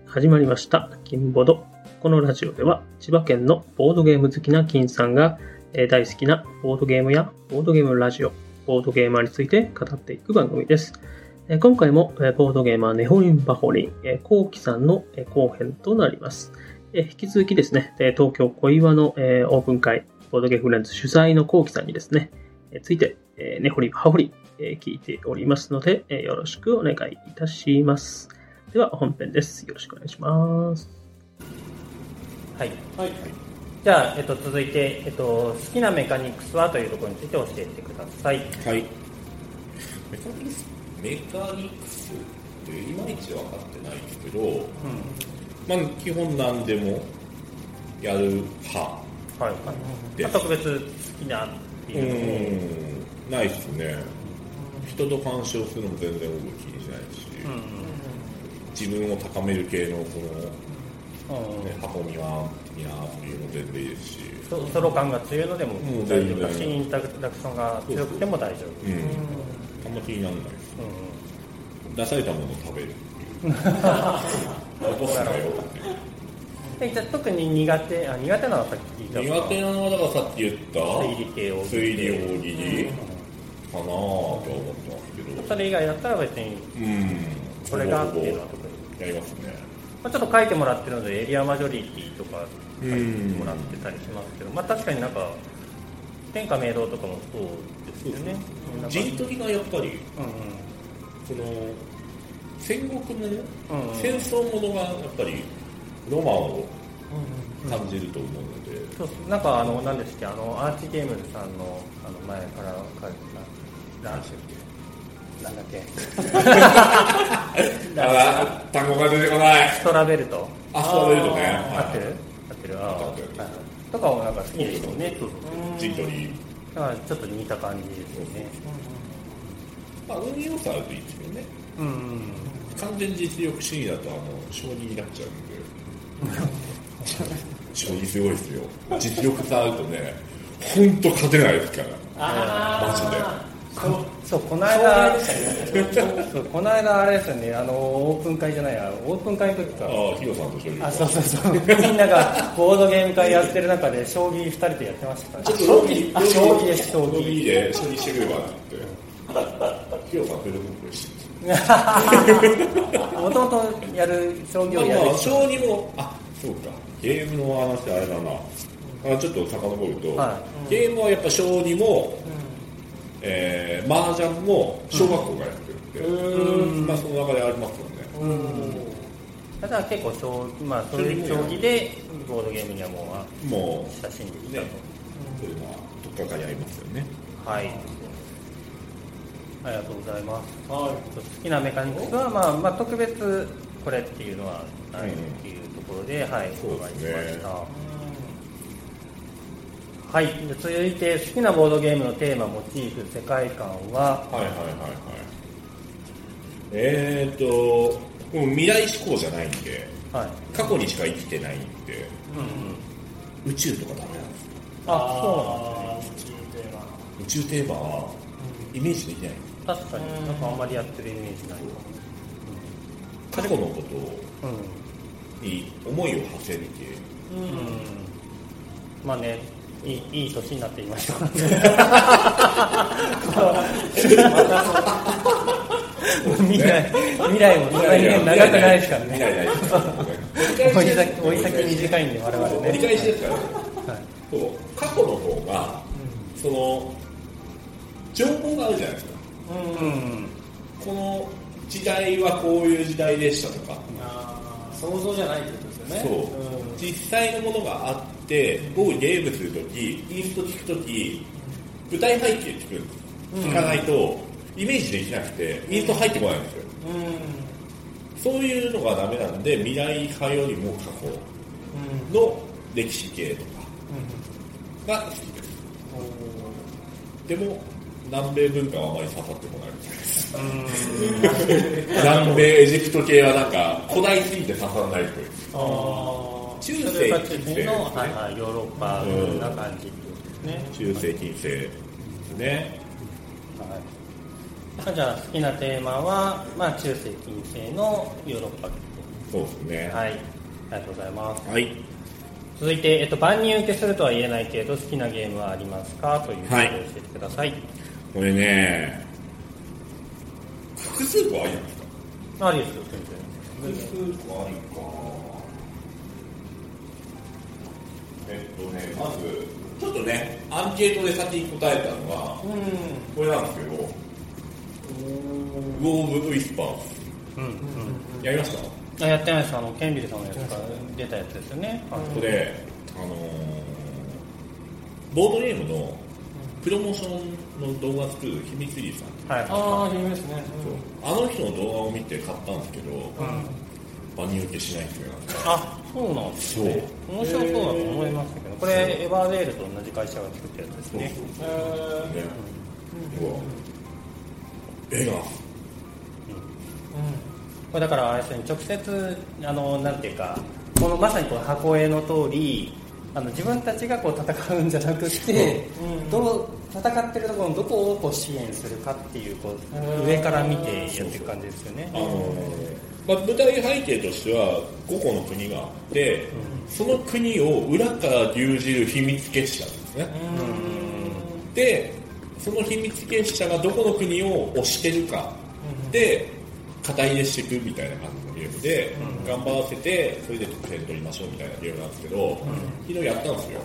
始まりました金ボド。このラジオでは千葉県のボードゲーム好きな金さんが大好きなボードゲームやボードゲームラジオ、ボードゲーマーについて語っていく番組です。今回もボードゲーマーネホリンバホリンコウキさんの後編となります。引き続きですね、東京小岩のオープン会ボードゲームフレンズ主催のコウキさんにですね、ついてネホリンバホリン聞いておりますのでよろしくお願いいたします。では本編です。よろしくお願いします。 はい。はい。じゃあ、続いて、好きなメカニクスはというところについて教えてください。 はい。メカニクスっていまいち分かってないですけど、まあ基本何でもやる派。 はい。特別好きなっていうのもないですね。人と干渉するのも全然動きにしないし、自分を高める系のこの、箱庭的な遊びも全然いいですし、 ソロ感が強いのでも大丈夫だし、インタラクションが強くても大丈夫。 あんま気にならないです。出されたものを食べるっていう。残すなよっていう。 特に苦手なのはさっき言った苦手なのはだからさっき言った推理系を推理大喜利かなと思ってますけど、 それ以外だったら別にこれがっていうのは特にやりますね。 ちょっと書いてもらってるのでエリアマジョリティとか書いてもらってたりしますけど、確かになんか天下明堂とかもそうですよね。 陣取りがやっぱり、その戦国もの、戦争ものがやっぱりロマンを感じると思うので、 そうなんか何ですっけ、アーチゲームズさんの前から書いてたなんだっけ単語が出てこない。 ストラベルト。 ストラベルトね。 合ってるとかもなんか好きですよね。 陣取りだからちょっと似た感じですよね。 運用さあるといいですよね。完全実力主義だと将棋になっちゃうんで将棋すごいですよ。実力差あるとね、ほんと勝てないですからマジで。 そうこの間この間あれですよね、オープン会じゃないや、オープン会の時かヒロさんと将棋そうみんながボードゲーム会やってる中で将棋2人でやってましたからね。 将棋です将棋で将棋してくればってヒロさんフェルブックしてもともとやる将棋をやる将棋もそうか、ゲームの話あれだな、ちょっと遡ると、ゲームはやっぱ将棋も麻雀も小学校がやってるんで、その中でありますよね。 だから結構そういう将棋でボードゲームにはもう親しんできたと、 そういうのはとっかかりありますよね。 はい、ありがとうございます。好きなメカニクスは、特別これっていうのはないっていうところで、はい、お伺いしました。はい、続いて好きなボードゲームのテーマ、モチーフ、世界観は未来志向じゃないんで、過去にしか生きてないんで、宇宙とかダメなんですよ。 そうなんですね。 宇宙テーマはイメージできない。 確かになんかあんまりやってるイメージない。 過去のことに思いを馳せる系。 いい年になっていました未来もそんなに長くないですからね。追い先短いんで我々ね。 理解してるからね。過去の方がその情報があるじゃないですか。この時代はこういう時代でしたとか、 想像じゃないってことですよね。 実際のものがあって僕ゲームするとき、インスト聞くとき舞台背景聞くんです。聞かないとイメージできなくてインスト入ってこないんですよ。そういうのがダメなんで、未来派よりも過去の歴史系とかが好きです。でも南米文化はあまり刺さってこないみたいです。南米エジプト系はなんか古代すぎて刺さらないっぽいです。中世近世の、 ヨーロッパな感じっていうことですね。 中世近世ですね。 じゃあ好きなテーマは、中世近世のヨーロッパそうですね。 はい、ありがとうございます。 はい。 続いて、万人受けするとは言えないけど好きなゲームはありますかということを教えてください。 これね、複数個ありなんですか？ ありですよ、 全然。複数個ありか。まずちょっとね、アンケートで先に答えたのは、これなんですけど、ウォーブ・ウィスパーズ、やりました？ やってないです。ケンビルさんのやつから出たやつですよね。 これ、ボードゲームのプロモーションの動画作る秘密裏さん、 ああ、有名ですね。 あの人の動画を見て買ったんですけど、万人受けしないんですよ。 あ、そうなんですね。面白そうだと思いましたけど、これエバーデールと同じ会社が作ったやつですね。 映画。 これだからあれですね、直接なんていうか、このまさにこの箱絵の通り、自分たちがこう戦うんじゃなくて、戦ってるところのどこをこう支援するかっていう、こう上から見てやっていく感じですよね。 舞台背景としては5個の国があって、その国を裏から牛耳る秘密結社ですね。で、その秘密結社がどこの国を推してるかで肩入れしていくみたいな感じのゲームで、頑張らせてそれで得点取りましょうみたいなゲームなんですけど、昨日やったんですよ。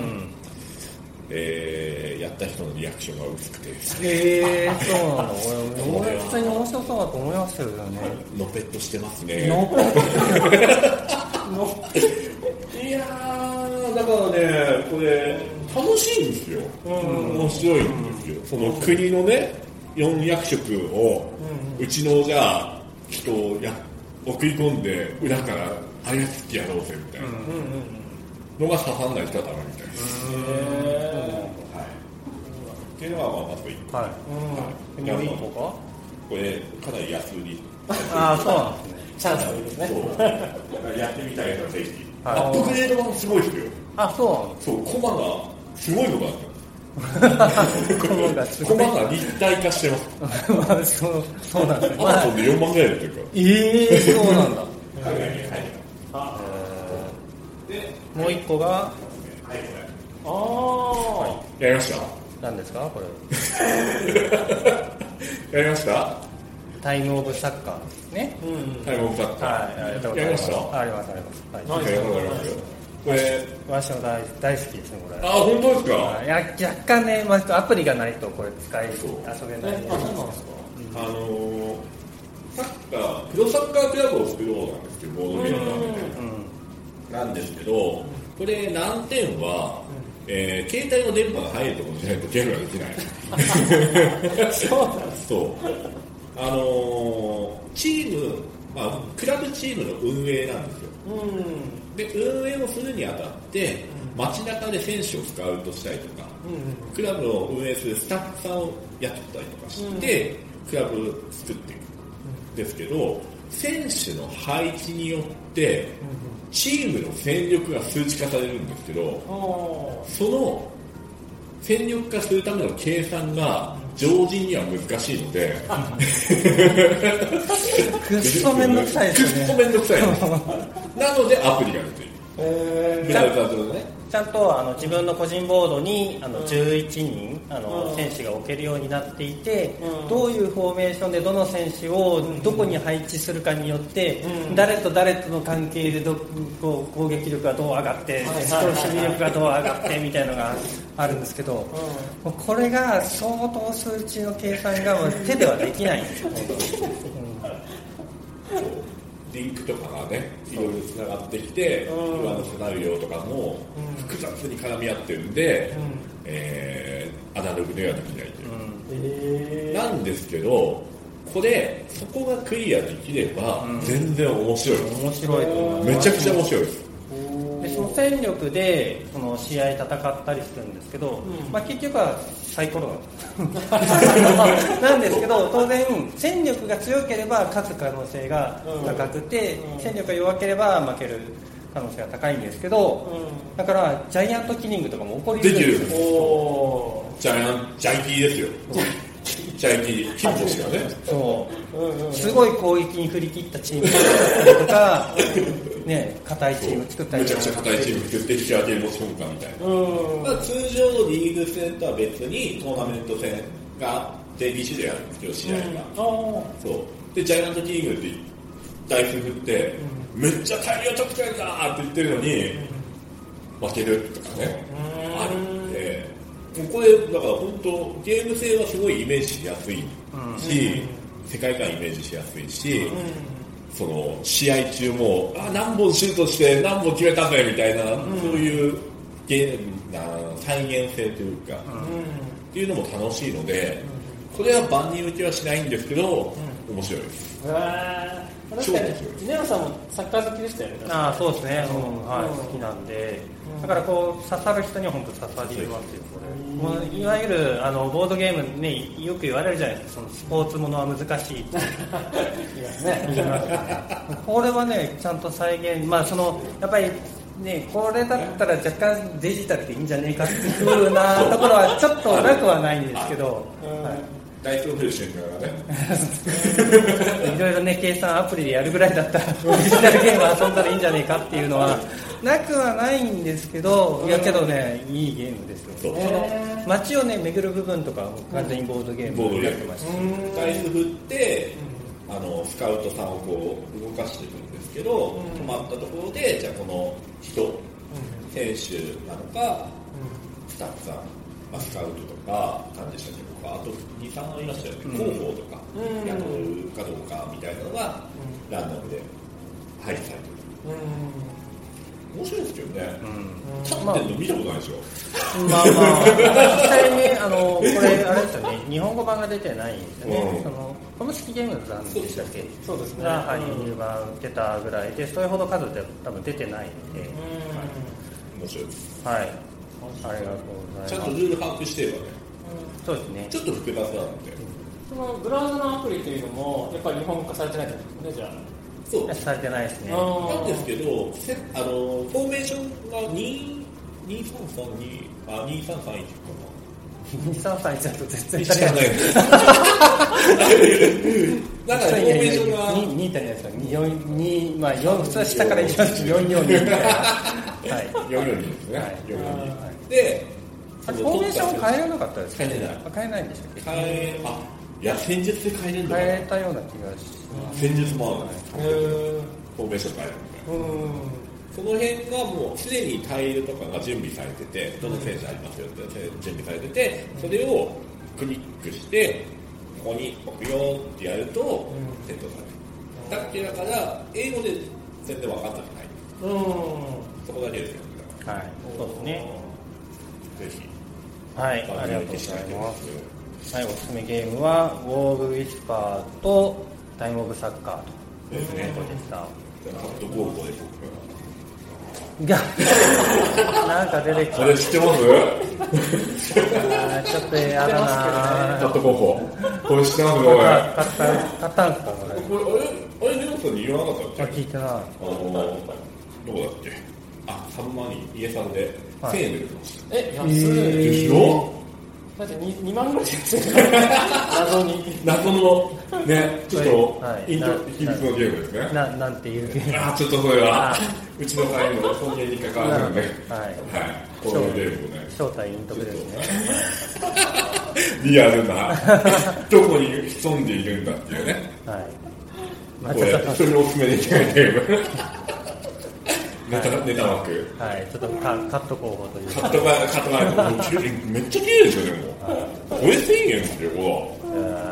やった人のリアクションが薄くてですね。そうなの。俺普通に面白そうだと思いましたよね。 のぺっとしてますね。いやー、だからね、これ楽しいんですよ。面白いんですよ。その国のね、4役職をうちのじゃあ人を送り込んで裏からあれが好きやろうぜみたいなのが刺さんない人はダメみたいです。っていうのはまず1個。 もう1個か？ これかなり安売り。 ああ、そうなんですね。 チャンスですね。 やってみたいのぜひ。アップグレードがすごいですよ。 あ、そうなんです。 そう、コマがすごいのがある。コマが立体化してます。 そうなんですね。 アマゾンで4万ぐらいだっていうか。 そうなんだ。で、もう1個が、 やりました。 何ですかこれ。やりました。 タイムオブサッカーですね。 タイムオブサッカー。やりました。 あります。 これ私も大好きですねこれ。 あ、本当ですか。 若干ね、アプリがないとこれ遊べない。 サッカー、プロサッカークラブを作ろうなんですけど、ボードゲームなんですけど、これ難点は、携帯の電波が入るところじゃないとゲームができない。そうなんです。そう。チーム、クラブチームの運営なんですよ。で、運営をするにあたって、街中で選手をスカウトしたりとか、クラブを運営するスタッフさんを雇ったりとかして、クラブ作っていくんですけど、選手の配置によって、チームの戦力が数値化されるんですけど、その戦力化するための計算が常人には難しいのでくっそめんどくさいですね。 くっそめんどくさいですなのでアプリが出ている。 ちゃんと自分の個人ボードに11人選手が置けるようになっていて、どういうフォーメーションでどの選手をどこに配置するかによって、誰と誰との関係で攻撃力がどう上がって守備力がどう上がってみたいなのがあるんですけど、これが相当数値の計算が手ではできないんですよ。 リンクとかがね、いろいろつながってきて、裏のセナリオとかも複雑に絡み合ってるんで、アナログではできないという、なんですけど、これそこがクリアできれば全然面白いです。 面白いと思います。 めちゃくちゃ面白いです。 でその戦力でその試合戦ったりするんですけど、結局はサイコロなんですけど、当然戦力が強ければ勝つ可能性が高くて、戦力が弱ければ負ける可能性が高いんですけど、だからジャイアントキリングとかも起こり得るんですよ。 ジャイキーですよ。 射撃金星がね。 そう、すごい攻撃に振り切ったチームだったりとか、ね、硬いチーム作ったりめちゃくちゃ硬いチーム作って引き分けに持ち込むかみたいな。通常のリーグ戦とは別にトーナメント戦があって、2種類あるんですけど、試合が。そうでジャイアントキリングってダイス振って、めっちゃ大量得点だって言ってるのに、負けるとかね、あるんで、これだから本当ゲーム性はすごいイメージしやすいし、世界観イメージしやすいし、その試合中も何本シュートして何本決めたぜみたいな、そういうゲームな再現性というか、っていうのも楽しいので、これは万人受けはしないんですけど、面白いです。 確かに稲山さんもサッカー好きでしたよね。 そうですね、好きなんで、だからこう刺さる人には本当刺さりますよ、これ。もういわゆるボードゲームね、よく言われるじゃないですか、そのスポーツものは難しいって言いますね。これはね、ちゃんと再現、そのやっぱりね、これだったら若干デジタルでいいんじゃねえかっていう風なところはちょっとなくはないんですけど、 大統領選挙がねいろいろね、計算アプリでやるぐらいだったらデジタルゲーム遊んだらいいんじゃねえかっていうのはなくはないんですけど、いやけどね、いいゲームですよ。その街をね、巡る部分とか完全にボードゲームになってました。 ダイス振ってスカウトさんをこう動かしていくんですけど、止まったところで、じゃあこの人、選手なのか、スタッフさん、スカウトとか管理者とか、あと 2,3 いらっしゃる広報とか雇うかどうかみたいなのがランダムで配置されてる。面白いですけどね。立ってんの見たことないでしょ。 実際にこれあれですよね、日本語版が出てないんですよね。その公式ゲームズなんでしたっけ。 そうですね。 が輸入版出たぐらいで、それほど数で多分出てないので。 面白いです。 はい。ありがとうございます。 ちゃんとルール把握してればね。 そうですね。 ちょっと複雑なので。 そのブラウザのアプリというのもやっぱり日本化されてないんですね、じゃあ。 そうされてないですね。 なんですけど、フォーメーションが2332、2331かな。 2331だと全然知らない。だからフォーメーションが 2ってないですか。4普通は下からいきます442みたいな。はい。 442ですね。 はい。 442で、 フォーメーションを変えられなかったですか。 変えれない。 変えないんでしたっけ。 いや戦術で変えれるんだ。 変えたような気がします。 戦術もあるんです。フォーメーション変えるみたいな。その辺がもうすでにタイルとかが準備されてて、どの選手ありますよって準備されてて、それをクリックしてここに置くよってやるとセットされる。だから英語で全然分かんなくない。そこだけですよ。 はい。そうですね。 ぜひ。 はい。ありがとうございます。はい、おすすめゲームはウォーグ・ウィスパーとタイム・オブ・サッカーということでした。 カットゴールドです。 なんか出てきた。 これ知ってます？ ちょっとやだな。 カットゴールド。これ知ってます？これ。 買ったんですかこれ。あれネオさんに言わなかったっけ？ 聞いてない。 どこだっけ？サブマニー家さんで1000円で売ってました。 安いでしょ？ だって 2万ぐらいですよ。 謎のね、ちょっと秘密のゲームですね。 なんていうゲーム。 ちょっとそれはうちの会の尊厳に関わるので、このゲームね。 正体隠匿ですね。 リアルなどこに潜んでいるんだっていうね。これ人におすすめできないゲーム。ネタ枠。 はい、ちょっとカット候補というカットがめっちゃ綺麗ですよね、もう。これ1000円ですよ、もう。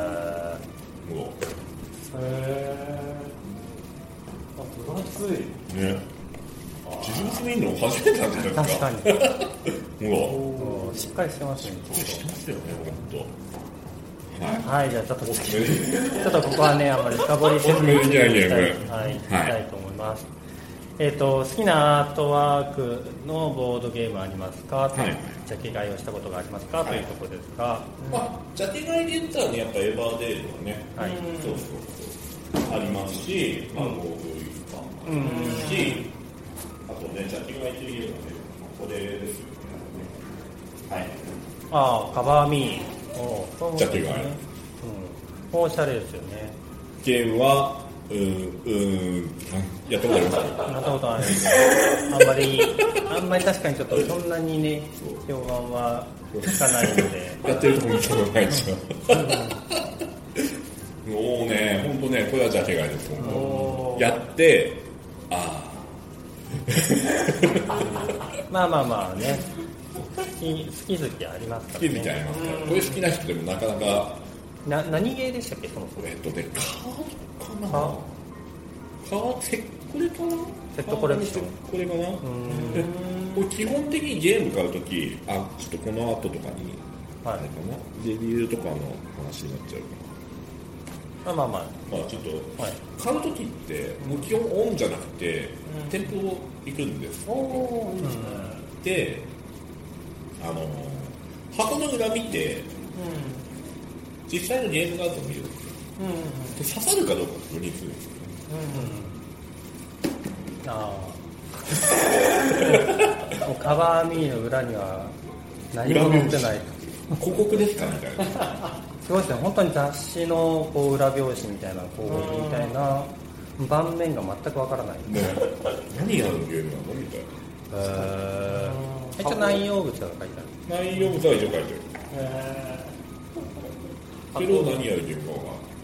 分厚い。 ね。自分で見るの初めてなんじゃないですか。 確かに。 もうしっかりしてますね。 してますよね、本当。はい、じゃあちょっとここはね、あんまり深掘りせずにいきたいと思います。好きなアートワークのボードゲームありますか、ジャケ買いをしたことがありますか、というところですが、 ジャケ買いで言ったらね、やっぱエヴァーデールはね、そうありますし、ゴーグルパンもありますし、あとね、ジャケ買いといえばね、これですよね。 カバーミー。 ジャケ買い。 おしゃれですよね。 ゲームはやったことありますか？ やったことないですね。あんまり確かにちょっとそんなにね、評判は聞かないので。 やってるとこ見たことないですよ。もうね、本当ね、これはジャケ買いです。やって、 まあね、好き好きありますからね。 好きみたいな。これ好きな人でもなかなか。 何ゲーでしたっけ、そのカードかな。セットコレクション。これかな。これ基本的にゲーム買うとき、ちょっとこの後とかに、あれかな、レビューとかの話になっちゃうかな。まあちょっと、買うときってもう基本オンじゃなくて、店舗行くんです。で、箱の裏見て、実際のゲーム画像を見るんですよ。で、刺さるかどうか確認するんですよ。 カバーミーの裏には何も載ってない。 広告ですかみたいな。 すごいですね。本当に雑誌のこう裏表紙みたいな広告みたいな盤面が全くわからない。 ね、何やるゲームなのみたいな。一応内容物が書いてある。内容物は一応書いてある。けど何やるゲームか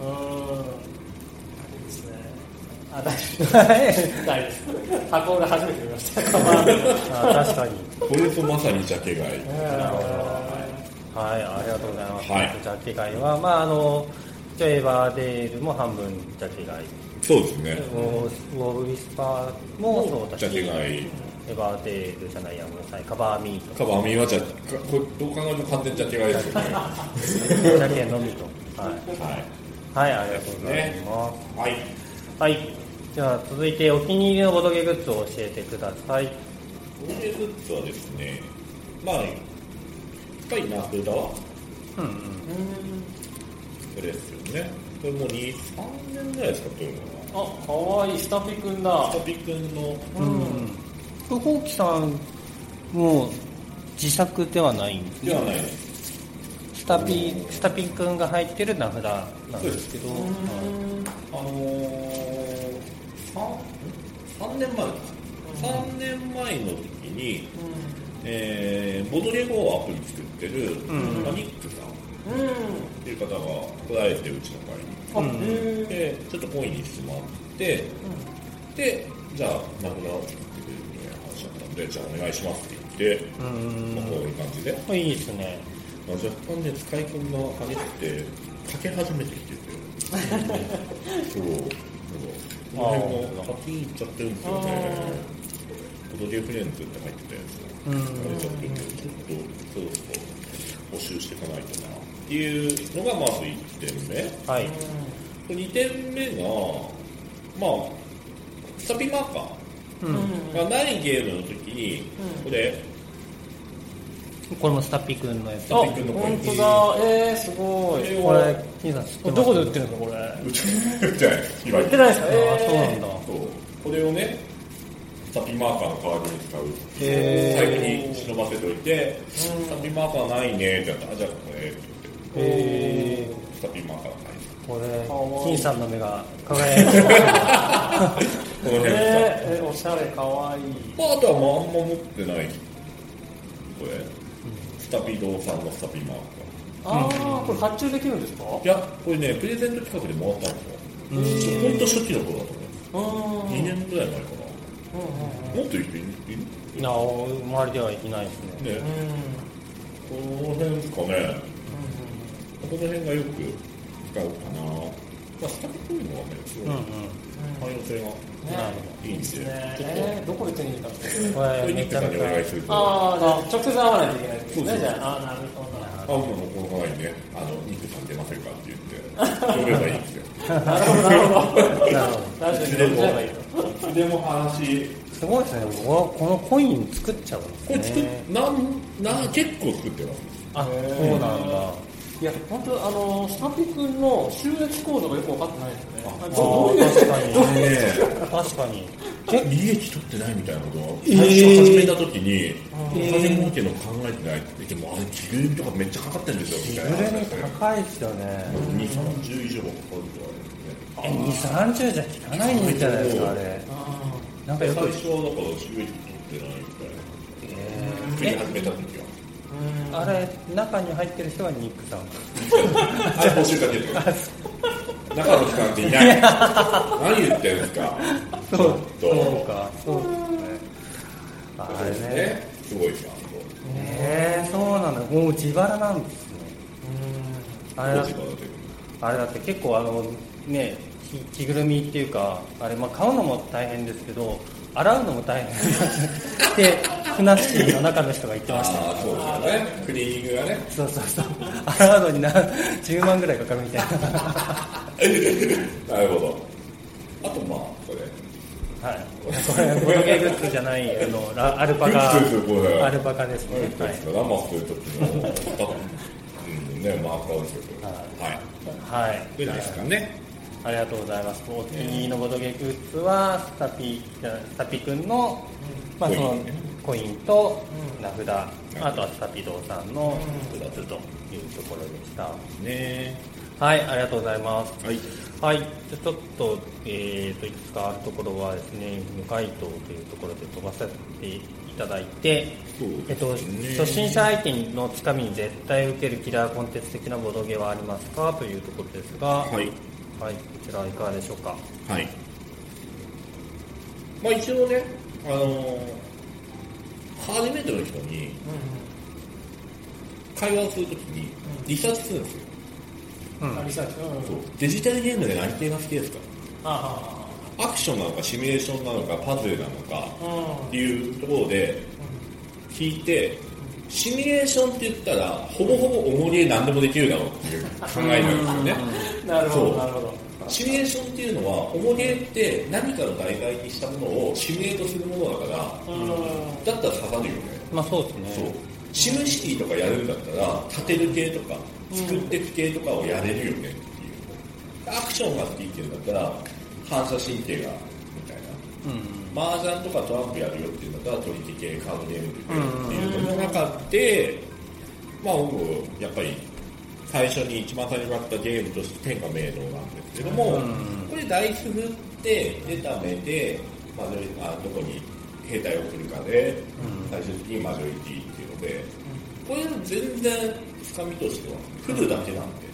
ですね。大丈夫。箱裏初めて見ました。確かに。 これとまさにジャケ買い。 はい、ありがとうございます。 ジャケ買いはエヴァーデールも半分ジャケ買い。 そうですね。 ウォーウィスパーもそうだし、 ジャケ買い。 エヴァーデールじゃないや、ごめんなさい、カバーミート。 カバーミーはこれどう考えても完全にジャケ買いですよね。 ジャケのみと。はい、ありがとうございます。はい。じゃあ続いてお気に入りのボドゲグッズを教えてください。 ボドゲグッズはですね、やっぱりナフダ。これですよね。これもう2、3年ぐらい使ってるのかな。 かわいい、スタピくんだ。 スタピくんの。 これ、ホウキさん、もう自作ではないんですではないです。 スタピくんが入ってる名札なんですけど、 3年前の時に、ボドゲゴーアプリ作ってるマニックさんっていう方が来られて、うちの会に。で、ちょっとコインにしてもらって、で、じゃあ名札を作ってくれるみたいな話だったんで、じゃあお願いしますって言って、こういう感じで。 いいですね。 若干ね、使い込みが激しくて、かけ始めてきてて。そう。この辺も課金いっちゃってるんですよね。ボドゲフレンズって入ってたやつ。あれちょっと募集していかないとな。っていうのがまず1点目。2点目が、スタピマーカーがないゲームの時に、 これもスタピ君のやつ。 本当だ。すごい。 これ、金さん知ってます？ どこで売ってるんですか、これ。 売ってないです。 売ってないですか？ そうなんだ。 これをね、スタピマーカーの代わりに使う。最後に忍ばせといて、スタピマーカーないねってやったら、じゃあこれって言って。スタピマーカーない。 これ、金さんの目が輝いてる。 この辺おしゃれ、かわいい。 あとはあんま持ってない。これ。スタピドーさんのスタピマーカー。これ発注できるんですか？ いや、これね、プレゼント企画でもらったんですよ。ほんと初期の頃だと思う。2年ぐらい前かな。もっといる？ 周りではいないですね。 この辺ですかね。この辺がよく使うかな。スタピっぽいのがね、すごい汎用性がいいんで、 どこで手に入れたんですか？ これニックさんにお願いすると。 直接会わないといけないですね。じゃあ、なるほど。 会うのもこの前にね、ニックさん出ませんかって言って、そればいいんですよ。 なるほど。 でも話、 すごいですね。このコイン作っちゃうんですね。 結構作ってます。 そうなんだ。 いや、本当スタピ君の収益構造がよく分かってないですよね。 確かに。 確かに。 確かに。 収利益取ってないみたいなことを最初始めた時に、お金儲けの考えてないって言っても、あれ着ぐるみとかめっちゃかかってるんですよみたいな。 着ぐるみ高いですよね。 2、30以上かかると 2、30じゃ効かないんじゃないですか、あれ。なんか最よく初はだから収益取ってないみたいな。作り始めた時は。 あれ、中に入ってる人はニックさん。 あれ募集かけてる。中の人なんていない。何言ってるんですか。 そうか、そうですね。あれね。 すごいですよ。 そうなんだ。もう自腹なんですね。あれだって結構ね、着ぐるみっていうか、あれ、買うのも大変ですけど、洗うのも大変ってふなっしーの中の人が言ってました。 ああ、そうですよね。クリーニングがね。 そう洗うのに10万ぐらいかかるみたいな。 なるほど。あとこれ。 はい。これボドゲグッズじゃないアルパカ。アルパカですね。 はい。生する時のね、マーカーですよ。はい。はい。でですかね。 ありがとうございます。お気に入りのボドゲグッズはスタピくんのそのコインと名札、あとはスタピ堂さんのグッズというところでした。 ね。 はい、ありがとうございます。 はい。 はい、じゃちょっといくつかあるところはですね、無回答というところで飛ばさせていただいて、初心者相手のつかみに絶対受けるキラーコンテンツ的なボドゲはありますかというところですが、 はい。 はい、こちらはいかがでしょうか。 はい。一応ね、初めての人に会話をするときにリサーチするんですよ。 リサーチ。 そう。デジタルゲームで何系が好きですか？アクションなのかシミュレーションなのかパズルなのかっていうところで聞いて、シミュレーションって言ったらほぼほぼおもりで何でもできるだろうっていう考えなんですよね。 なるほど、なるほど。 シミュレーションっていうのはおもりって何かの題材にしたものをシミュレートするものだから、だったら刺さるよね。 そうですね。 そう。シムシティとかやるんだったら立てる系とか作っていく系とかをやれるよねっていう。アクションが好きっていうんだったら反射神経がみたいな。麻雀とかトランプやるよっていうんだったら取引系カードゲームっていうのの中で、僕やっぱり一番最初にやったゲームとして天下明堂なんですけども、これダイス振って出た目でどこに兵隊を送るかで、最終的にマジョリティっていうので、これ全然深みとしては振るだけなんで、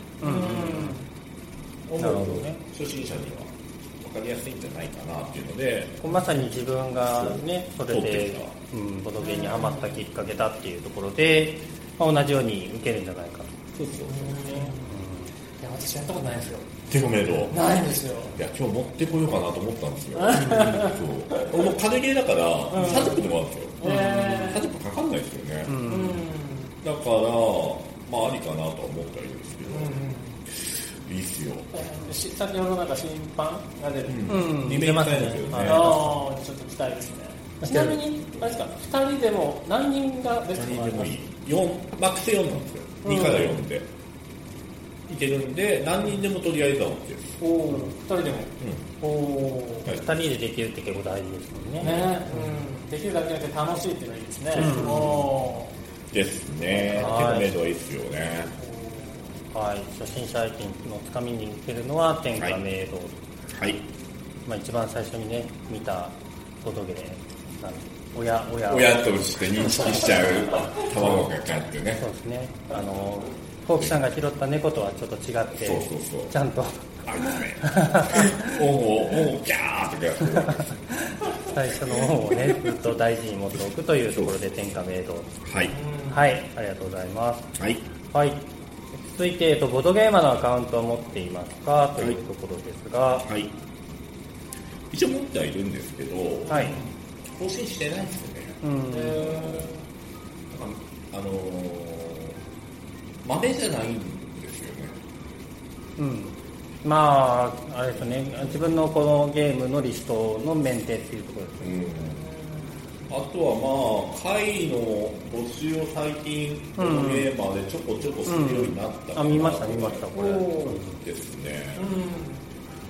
なるほどね。 初心者には分かりやすいんじゃないかなっていうので、 まさに自分がね、それでボドゲにハマったきっかけだっていうところで、同じように受けるんじゃないかと。 そういや、私やったことないんですよ。 天下明堂ないんですよ。 いや、今日持ってこようかなと思ったんですよ。そう。もう軽ゲーだから30分でもあるんですよ。30分かかんないですよね。だからありかなとは思ったりですけど、いいっすよ。 先ほどなんか新版が出る。 リメイクされるんですよね。 ちょっと期待ですね。ちなみにあれですか、2人でも何人がベスト何もあります人でもいい。マックス4なんですよ。2から4でいけるんで、何人でもとりあえずは OK です。 2人でも。 2人でできるって結構大事ですもんね。 できるだけじゃなくて楽しいっていうのがいいですね。 ですね。天下明堂はいいですよね。 はい、初心者相手のつかみに受けるのは天下明堂。 はい。 一番最初にね見たボドゲで親として認識しちゃう卵がかってね。 そうですね。フォークさんが拾った猫とはちょっと違って、ちゃんとありますね。おギャーとか最初の方をねずっと大事に持っておくというところで天下明堂。 はいはい、ありがとうございます。 はい。 はい。続いてボドゲーマーのアカウントを持っていますかというところですが、 はい。一応持ってはいるんですけど、 はい。 更新してないですよね。豆じゃないんですよね。 あれですね、自分のこのゲームのリストのメンテっていうところですね。 あとは会の募集を最近このゲーマーでちょこちょこするようになったから、 見ましたこれですね。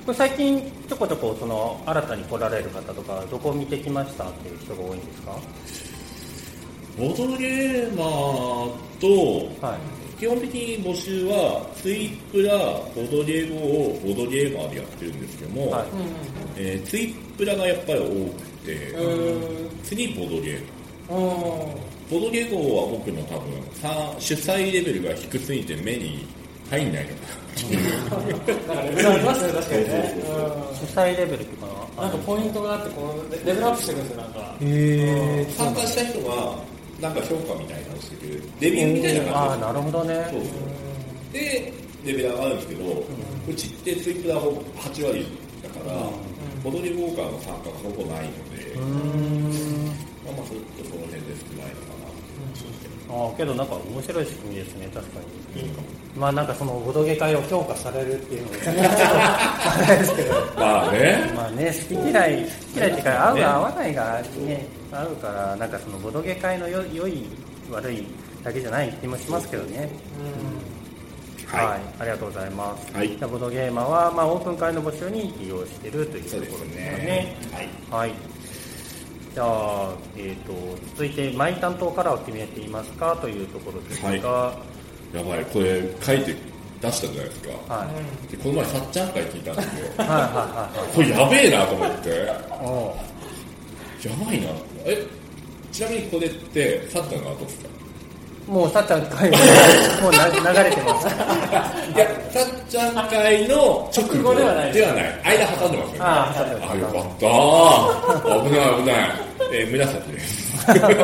これ最近ちょこちょこその新たに来られる方とかどこを見てきましたっていう人が多いんですか？ ボードゲーマーと、 はい、 基本的に募集はツイプラ、ボードゲームをボードゲーマーでやってるんですけども、 はいツイプラがやっぱり多くて、次ボードゲーム。ボードゲームは僕の多分主催レベルが低すぎて目に入んないのかなんかレベルありますね、確かにね。 主催レベルっていうかな、 なんかポイントがあってこうレベルアップしていくんですよ、なんか。 参加した人がなんか評価みたいなのをしてくれるレビューみたいな感じ。 ああ、なるほどね。 そうそうでレベル上がるんですけど、うちってツイプラほぼ8割だから、ボドゲウォーカーの参加がほぼないので、まあその辺で少ないのかな。 ああ、けどなんか面白い仕組みですね、確かに。まあなんかそのボドゲ会を評価されるっていうのもちょっとあれですけど。 まあね。 まあね、好き嫌いっていうか、合う合わないがね、あるから、なんかそのボドゲ会の良い悪いだけじゃない気もしますけどね。はい、ありがとうございます。はい、じゃあボドゲーマーは、まあ、オープン会の募集に利用しているというところですね。はい。じゃあ、続いて、マイ担当カラーを決めていますかというところですが、 やばい、これ書いて出したじゃないですか。はい、でこの前、さっちゃん会聞いたんですよ。これやべえなと思って。やばいな。ちなみにこれって、さっちゃんが後ですか？ もうさっちゃん会もう流れてます。 いや、さっちゃん会の直後ではない。間挟んでますよね。あ、よかったー。危ない。紫です。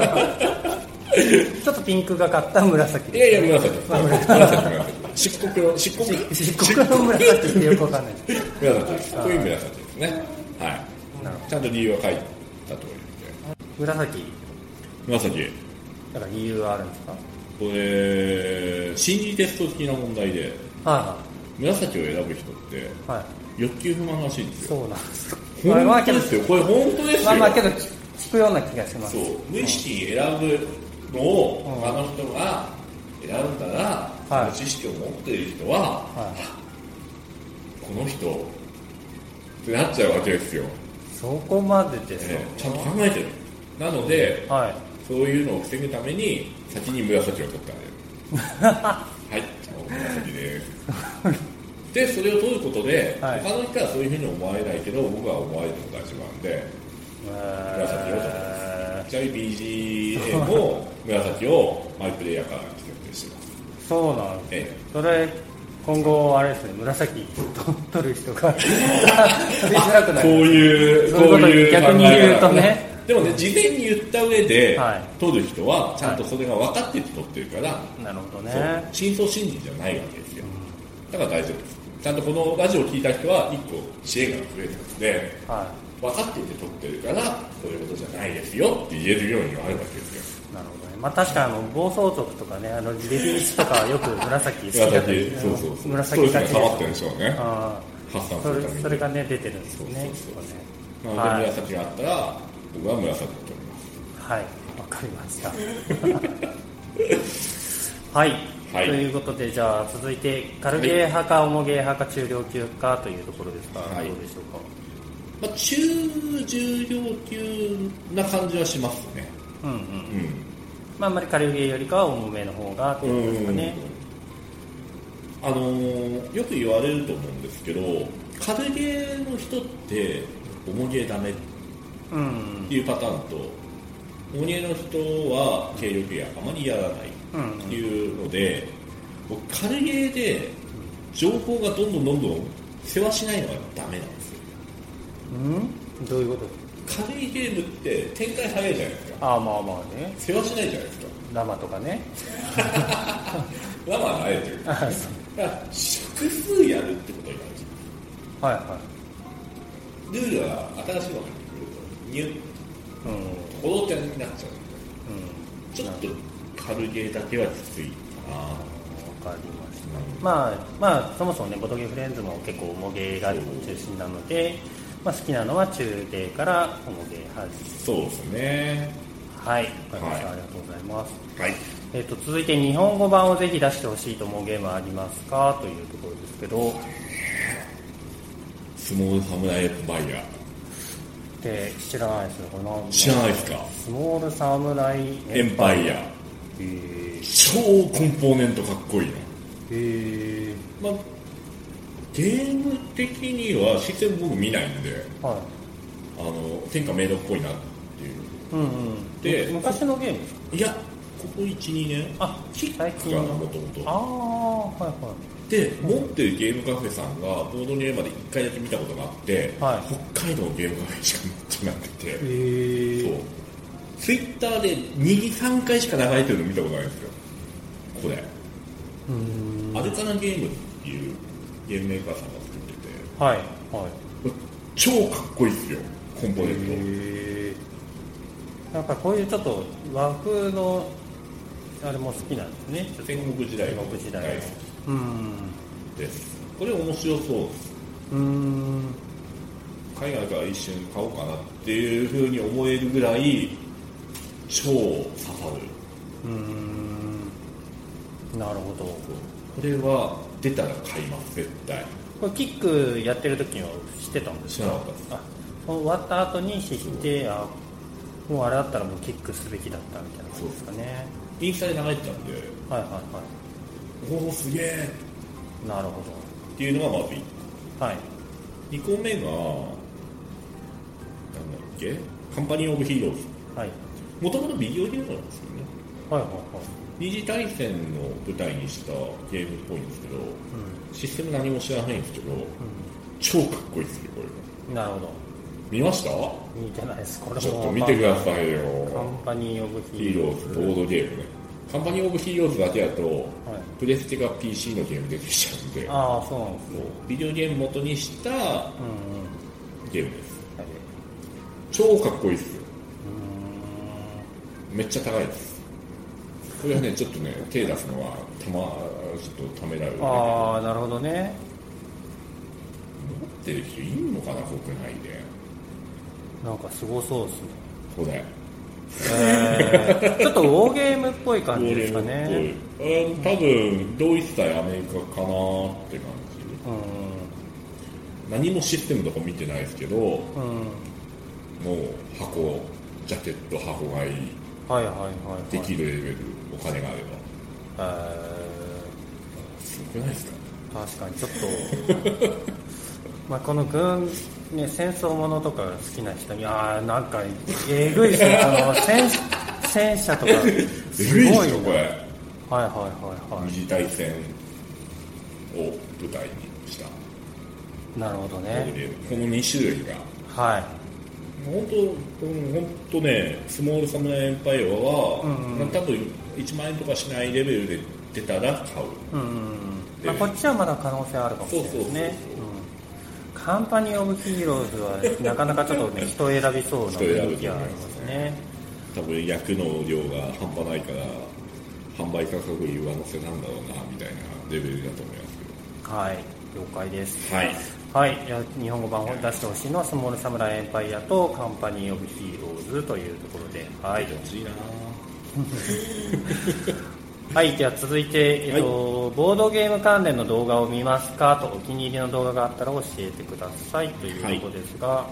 ちょっとピンクがかった紫です。 いや、紫です。紫。漆黒の紫ってよくわかんない。 紫です。こういう紫ですね。はい。ちゃんと理由は書いたとおりで。紫。 だから理由はあるんですか？ これ心理テスト的な問題で、紫を選ぶ人って、欲求不満らしいんですよ。 そうなんですよ。 本当ですよ。これ本当ですよ。 まあけど聞くような気がします。 そう、無意識に選ぶのを他の人が選んだら、その知識を持っている人は、この人ってなっちゃうわけですよ。 そこまでですよ、 ちゃんと考えてる。なので、そういうのを防ぐために先に紫を取ってあげる。はい、紫です。で、それを取ることで、他の人はそういうふうに思われないけど、僕は思われても大丈夫なんで、紫を取ってます。ちなみに BGA も紫をマイプレイヤーカラーに設定してます。 そうなんです。それ今後あれですね、紫取る人がづらくなる。 こういう逆に言うとね。 でもね、事前に言った上で、取る人はちゃんとそれが分かってて取ってるから、 なるほどね。 真相心理じゃないわけですよ。だから大丈夫です。ちゃんとこのラジオを聞いた人は1個知恵が増えてるので、分かっていて取ってるから、そういうことじゃないですよって言えるようにはあるわけですよ。 なるほどね。まあ確かに暴走族とかね、レディースとかはよく紫好きだったり、 紫が変わってるんでしょうね。 発散するために。それがね出てるんですよね。 なので紫があったら僕は紫を取ります。 はい、わかりました。はい。ということで、じゃあ続いて軽ゲー派か重ゲー派か中量級かというところですが、どうでしょうか。 中重量級な感じはしますね。 まあ、あんまり軽ゲーよりかは重めの方がっていうことですかね。 よく言われると思うんですけど、軽ゲーの人って重ゲーダメっていうパターンと、重ゲーの人は軽量級あまりやらないっていうので、僕軽ゲーで情報がどんどん世話しないのがダメなんですよ。 どういうことですか？ 軽いゲームって展開早いじゃないですか。 まあね。 世話しないじゃないですか。 ラマとかね。 ラマは慣れてる。だから複数やるってことになる。ルールは新しいのが出てくるとニュッとおどちゃんになっちゃう。ちょっと軽ゲーだけはきついかな。わかりました。まあそもそもね、ボトゲフレンズも結構重ゲーが中心なので、好きなのは中ゲーから重ゲー派です。 そうですね。 はい、わかりました。ありがとうございます。続いて日本語版をぜひ出してほしいと思うゲームはありますかというところですけど、 スモールサムライエンパイアって知らないですよ。これなん知らないですか。 スモールサムライエンパイア超コンポーネントかっこいいな。まあ、ゲーム的にはシステム僕見ないんで、 はい、 天下明堂っぽいなっていう、 で昔のゲームですか。 いやここ 1,2 年キックかなもともと。 はいはい。 で持ってるゲームカフェさんがボードゲームまで1回だけ見たことがあって、はい、北海道のゲームカフェしか持ってなくて、そうツイッターで 2,3 回しか流れてるの見たことないんですよこれ。アルカナゲームっていうゲームメーカーさんが作ってて、 はいはい、 超かっこいいですよコンポーネント。なんかこういうちょっと和風のあれも好きなんですね。 戦国時代の大好きです。 これ面白そうです。海外から一瞬買おうかなっていう風に思えるぐらい超刺さる。 なるほど。 これは出たら買います絶対。 これキックやってる時には知ってたんですか。 知らなかったです。 終わった後に知って、もうあれだったらもうキックすべきだったみたいな感じですかね。 インスタで流れてたんで、 はいはいはい。 おおすげえ。 なるほど。 っていうのがまず1個。はい。2個目がなんだっけ、カンパニーオブヒーローズ。はい。もともとビデオゲームなんですよね。はいはいはい。二次大戦の舞台にしたゲームっぽいんですけど、システム何も知らないんですけど、超かっこいいですよこれ。 なるほど。 見ました？ 見てないです。これちょっと見てくださいよ。 カンパニーオブヒーローズボードゲームね。カンパニーオブヒーローズだけだと、プレステが PC のゲーム出てきちゃうんで、 そうなんですね。 ビデオゲーム元にしたゲームです。超かっこいいですよ。めっちゃ高いです。これはねちょっとね手出すのはちょっとためらう。 なるほどね。 持ってる人いるのかな国内で。 なんかすごそうですね。 これ。 ちょっとウォーゲームっぽい感じですかね。 多分ドイツ対アメリカかなって感じ。何もシステムとか見てないですけど、もう箱ジャケット箱買いできるレベル、お金があれば。すごくないですか。 確かにちょっとまあこの軍ね、戦争ものとか好きな人になんかえぐいですね。この戦車とかすごいよこれ。 はい二次大戦を舞台にした。 なるほどね。 この2種類が本当ね、スモールサムライエンパイアは、多分1万円とかしないレベルで出たら買う。こっちはまだ可能性あるかもしれないですね。カンパニーオブヒーローズはなかなかちょっとね人選びそうな雰囲気がありますね。 多分役の量が半端ないから販売価格上乗せなんだろうなみたいなレベルだと思いますけど。はい、 了解です。 はい、 日本語版を出してほしいのはスモールサムライエンパイアとカンパニーオブヒーローズというところで、 はい欲しいなはい、では続いて、ボードゲーム関連の動画を見ますかと、お気に入りの動画があったら教えてくださいということですが、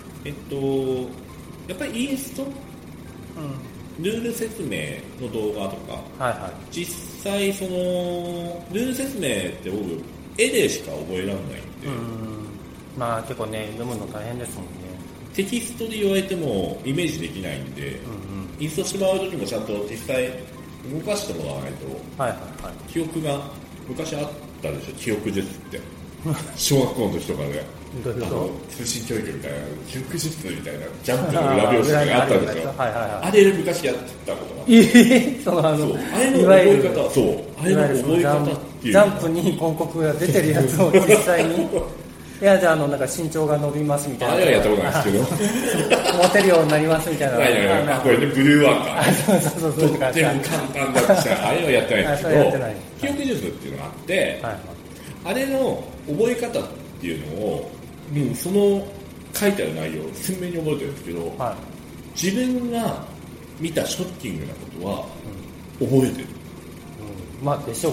やっぱりインスト、ルール説明の動画とか、実際そのルール説明って僕絵でしか覚えられないんで、 まあ結構ね読むの大変ですもんね。 テキストで言われてもイメージできないんで、インストしてもらう時もちゃんと実際動かしてもらわないと、記憶が昔あったでしょ、記憶術って小学校の時とかで通信教育みたいな記憶術みたいなジャンプの裏表紙があったんですよ。あれ昔やってたことがあって、あれの覚え方、あれの覚え方っていうジャンプに広告が出てるやつを実際にいやじゃあなんか身長が伸びますみたいな。 あれはやったことないですけど。 モテるようになりますみたいな。 これねブルーワンか。 そう。 とっても簡単だったあれはやってないんですけど、記憶術っていうのがあって、あれの覚え方っていうのをもうその書いてある内容を鮮明に覚えてるんですけど、自分が見たショッキングなことは覚えてる。 まあでしょうね。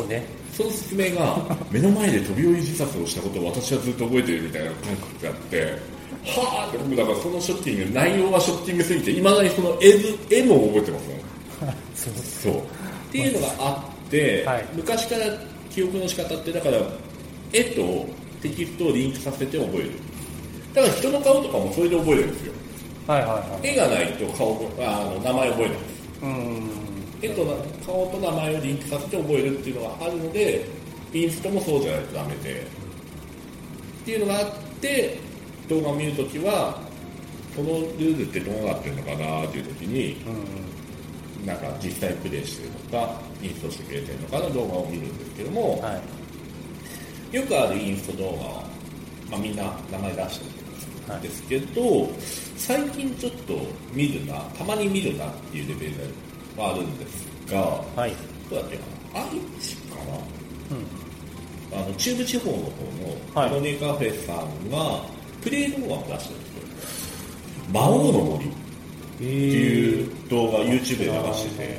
その説明が目の前で飛び降り自殺をしたことを私はずっと覚えてるみたいな感覚があって、はぁって僕だからそのショッキング、内容はショッキングすぎていまだにその絵も覚えてますもんそうっていうのがあって、はい、昔から記憶の仕方ってだから絵とテキストをリンクさせて覚える。だから人の顔とかもそれで覚えるんですよ。はいはいはい、絵がないと名前覚えない。絵と顔と名前をリンクさせて覚えるっていうのがあるので、インストもそうじゃないとダメでっていうのがあって、動画を見るときはこのルールってどうなってるのかなっていうときに、なんか実際プレイしてるのかインストしてくれてるのかの動画を見るんですけども、はい、よくあるインスト動画は、みんな名前出してるんですけど、はい、最近ちょっとたまに見るなっていうレベルはあるんですが、はい、どうやってかな、愛知かな、中部地方の方のコロネカフェさんがプレイ動画を出してるんですよ。魔王の森っていう動画 YouTube で流してて、なるほど。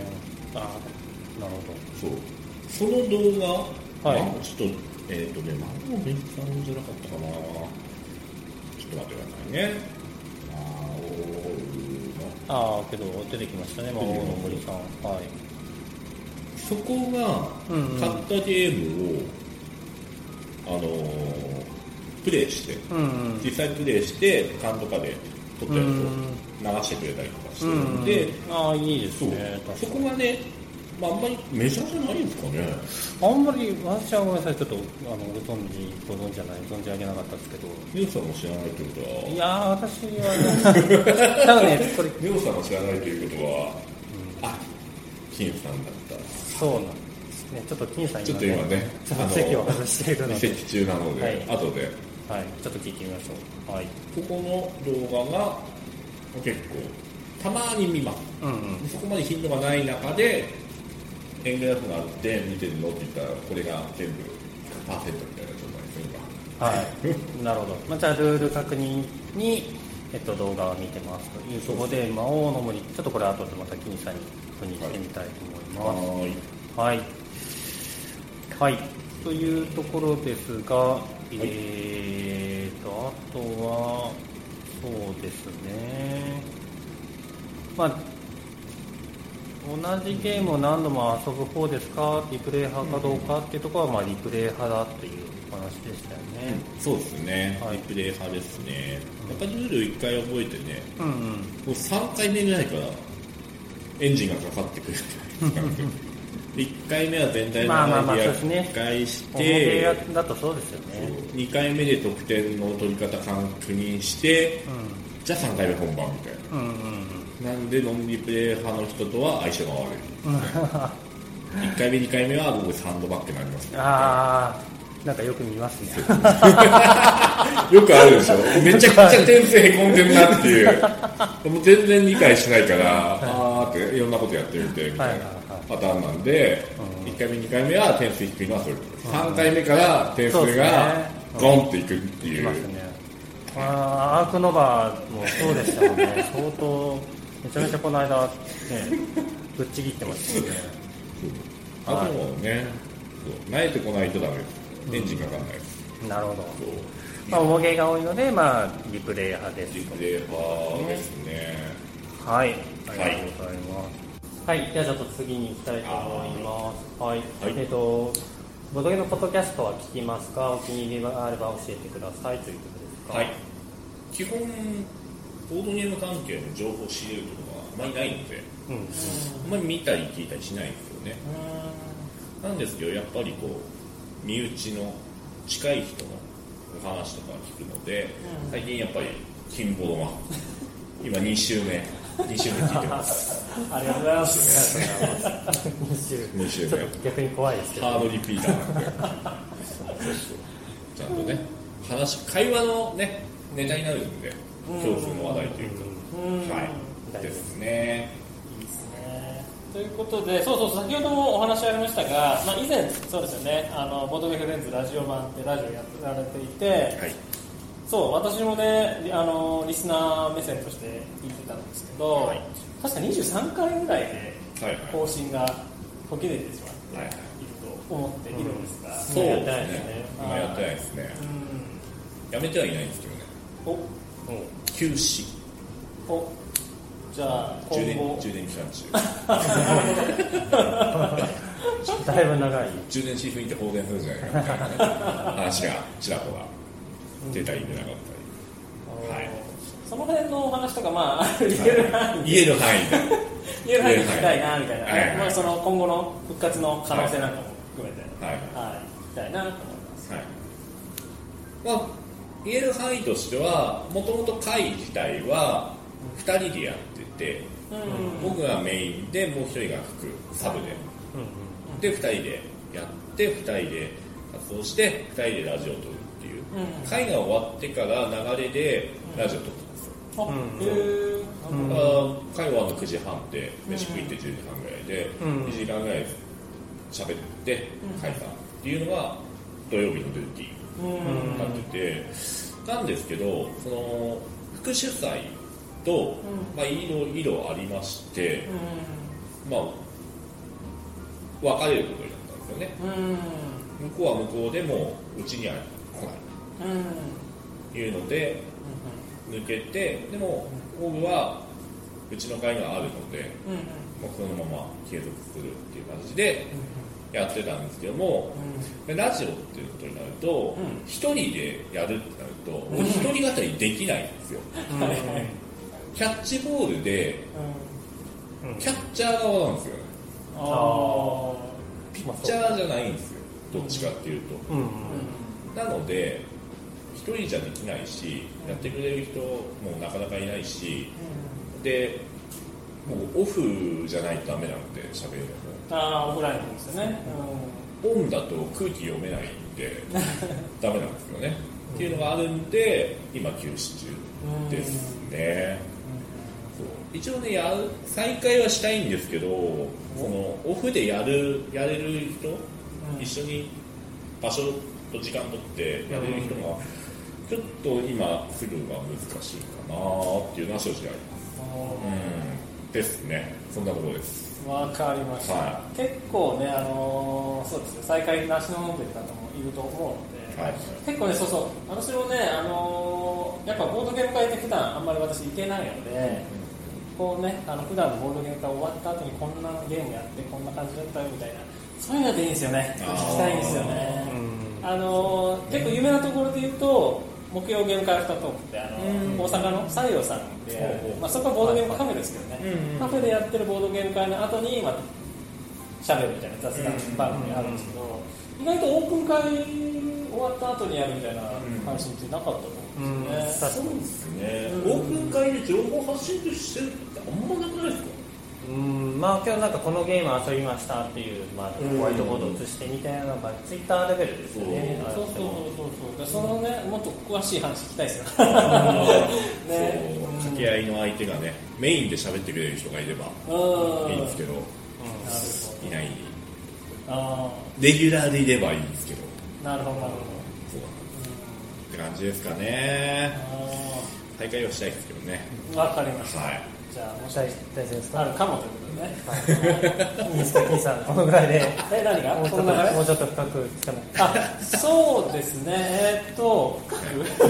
そう、その動画、はい、ちょっと魔王の森さんじゃなかったかな、ちょっと待ってくださいね。 けど出てきましたね、魔王の森さん。はい。 そこが買ったゲームを、プレイして、実際プレイして缶とかで撮ったやつを流してくれたりとかしてるんで、 いいですね。 そこがね、あんまりメジャーじゃないんですかね。 あんまり私はごめんなさい、ちょっとご存じ上げなかったですけど。 ネオさんも知らないということは。 いやー、私はね、ただね、これネオさんも知らないということは、金さんだった。 そうなんですね。ちょっと金さんちょっと今ね、 席を外しているので。 席中なので、後で。 はい、ちょっと聞いてみましょう。はい。 ここの動画が結構たまに見ます。そこまで頻度がない中で円グラフがあって見てるのって言ったらこれが全部 100% みたいな状態ですね今。はい。なるほど。じゃあルール確認に動画を見てますというところで、魔王の森、ちょっとこれ後でまた金さんに確認してみたいと思います。はい。はい。というところですが。あとはそうですね、同じゲームを何度も遊ぶ方ですか、リプレイ派かどうかっていうところはリプレイ派だっていうお話でしたよね。 そうですね、リプレイ派ですね。やっぱりルール1回覚えてね、もう3回目ぐらいからエンジンがかかってくる1回目は全体のアイディア返して、 だとそうですよね。 2回目で得点の取り方確認して、じゃあ3回目本番みたいな、なんでノンリプレイ派の人とは相性が悪い1回目2回目は僕サンドバッグになりますね。 なんかよく見ますねよくあるでしょ。めちゃくちゃ点数へこんでるなっていうでも全然理解しないからっていろんなことやってみてみたいなパターンなんで、1回目2回目は点数低いのはそれです。3回目から点数がゴンっていくっていう。 アークノバもそうでしたもんね相当めちゃめちゃこの間、ぶっちぎってましたよね。 あともね、慣れてこないとダメです。エンジンかかんないです。 なるほど。重げが多いので、リプレイ派です。 リプレイ派ですね。 はい、ありがとうございます。はい、ではちょっと次に行きたいと思います。はい、ボドゲのポッドキャストは聞きますか？お気に入りがあれば教えてくださいということですか？はい。 基本ボードゲーム関係の情報を仕入れるところがあまりないので、あんまり見たり聞いたりしないんですよね。なんですけど、やっぱり身内の近い人のお話とか聞くので、最近やっぱり金ボードが今2週目聞いてます。 ありがとうございます。2週目逆に怖いですけど、 ハードリピーターなんでちゃんとね会話のねネタになるんで、共通の話題というか、はいですね。 ということで、そう先ほどもお話ありましたが、以前そうですよね、ボードゲームフレンズラジオ版ってラジオやられていて、そう私もねリスナー目線として聞いてたんですけど、確か23回ぐらいで更新が途切れてしまっていると、 思っているんですが、 そうですね。今やってないですね。やめてはいないんですけどね。休止。 じゃあ今後充電期間中。 だいぶ長い。 充電しすぎて放電するんじゃないかみたいなね話がちらほら出たり出なかったり。はい。 その辺のお話とかまあ言える範囲で言える範囲で聞きたいなみたいな、まあその今後の復活の可能性なんかも含めて、聞きたいなと思います。 まあ言える範囲としては、もともと会自体は2人でやってて、僕がメインでもう1人が副サブで、で2人でやって2人で活動して2人でラジオを撮るっていう、会が終わってから流れでラジオを撮ってますよ。会終わるの9時半で飯食いって10時半ぐらいで、2時間ぐらい喋って解散っていうのが土曜日のルーティンになってて、なんですけど、その副主催と、まあ、いろいろありまして、まあ別れることになったんですよね。向こうは向こうでもうちには来ないというので抜けて、でも僕はうちの会があるので、もうそのまま継続するっていう感じでやってたんですけども、ラジオっていうことになると、一人でやるってなるともう一人語りできないんですよ。キャッチボールでキャッチャー側なんですよね。ピッチャーじゃないんですよ、どっちかっていうと。なので一人じゃできないし、やってくれる人もなかなかいないし、でもうオフじゃないとダメなので、喋るのもオフラインですよね。 オンだと空気読めないんでダメなんですよねっていうのがあるんで、今休止中ですね。そう一応ね、再開はしたいんですけど、そのオフでやれる人、一緒に場所と時間取ってやれる人がちょっと今すぐは難しいかなっていうのは正直あります。ですね。そんなところです。 わかりました。結構ね、そうですね、再開なしの方という方もいると思うので、結構ね、私もね、やっぱボードゲーム会って普段あんまり私行けないので、こうね、普段のボードゲーム会終わった後にこんなゲームやってこんな感じだったよみたいな、そういうのでいいんですよね。聞きたいんですよね。結構有名なところで言うと、木曜ゲーム会アフタートークって大阪の西洋さんで、そこはボードゲームカフェですけどね、カフェでやってるボードゲーム会の後にまた喋るみたいな雑談番組があるんですけど、意外とオープン会終わった後にやるみたいな話ってなかったと思うんですよね。 そうですね。オープン会で情報発信としてるってあんまなくないですか？ まあ今日なんかこのゲーム遊びましたっていう、まあ、ホワイトボードを映してみたいなのがツイッターレベルですよね。 そうそのね、もっと詳しい話聞きたいですよ。 ね、掛け合いの相手がね、メインで喋ってくれる人がいればいいんですけど、いない。レギュラーでいればいいんですけど。 なるほど。そうって感じですかね。大会をしたいですけどね。 わかりました。じゃあもう大丈夫ですか？あるかもということでね。 いいですか、金さん、このぐらいで。 何が？ もうちょっと深く聞かない。 そうですね。深く？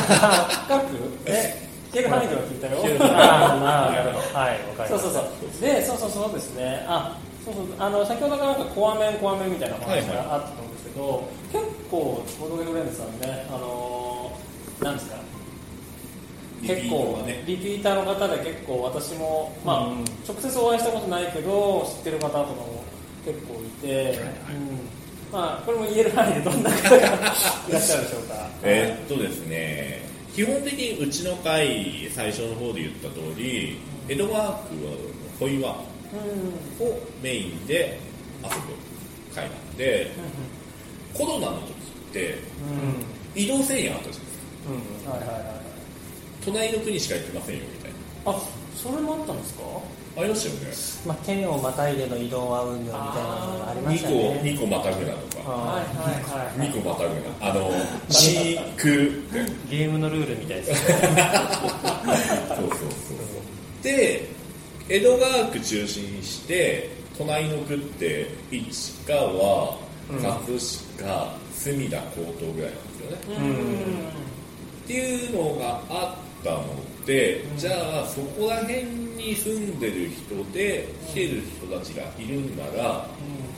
聞ける範囲では聞いたよ。 なるほど。はい、わかりました。 そうですね。先ほどからなんかコアメンみたいな話があったんですけど、結構ボードゲームフレンズさんね、なんですか。結構リピーターの方で結構私も、直接お会いしたことないけど知ってる方とかも結構いて、これも言える範囲でどんな方がいらっしゃるでしょうか。 ですね、基本的にうちの会最初の方で言った通り、江戸ワークは小岩をメインで遊ぶ会なんで、コロナの時って移動制限あったじゃないですか。隣の国しか行ってませんよみたいな。 それもあったんですか？ ありましたよね。 県をまたいでの移動は運用みたいなのがありましたね。 2個またぐなとか。2個またぐな。地区ゲームのルールみたいですね。 そう。で、江戸川区中心にして隣の区って市川、 葛飾、隅田、江東ぐらいなんですよね。っていうのがあったので、じゃあそこら辺に住んでる人で来てる人たちがいるんなら、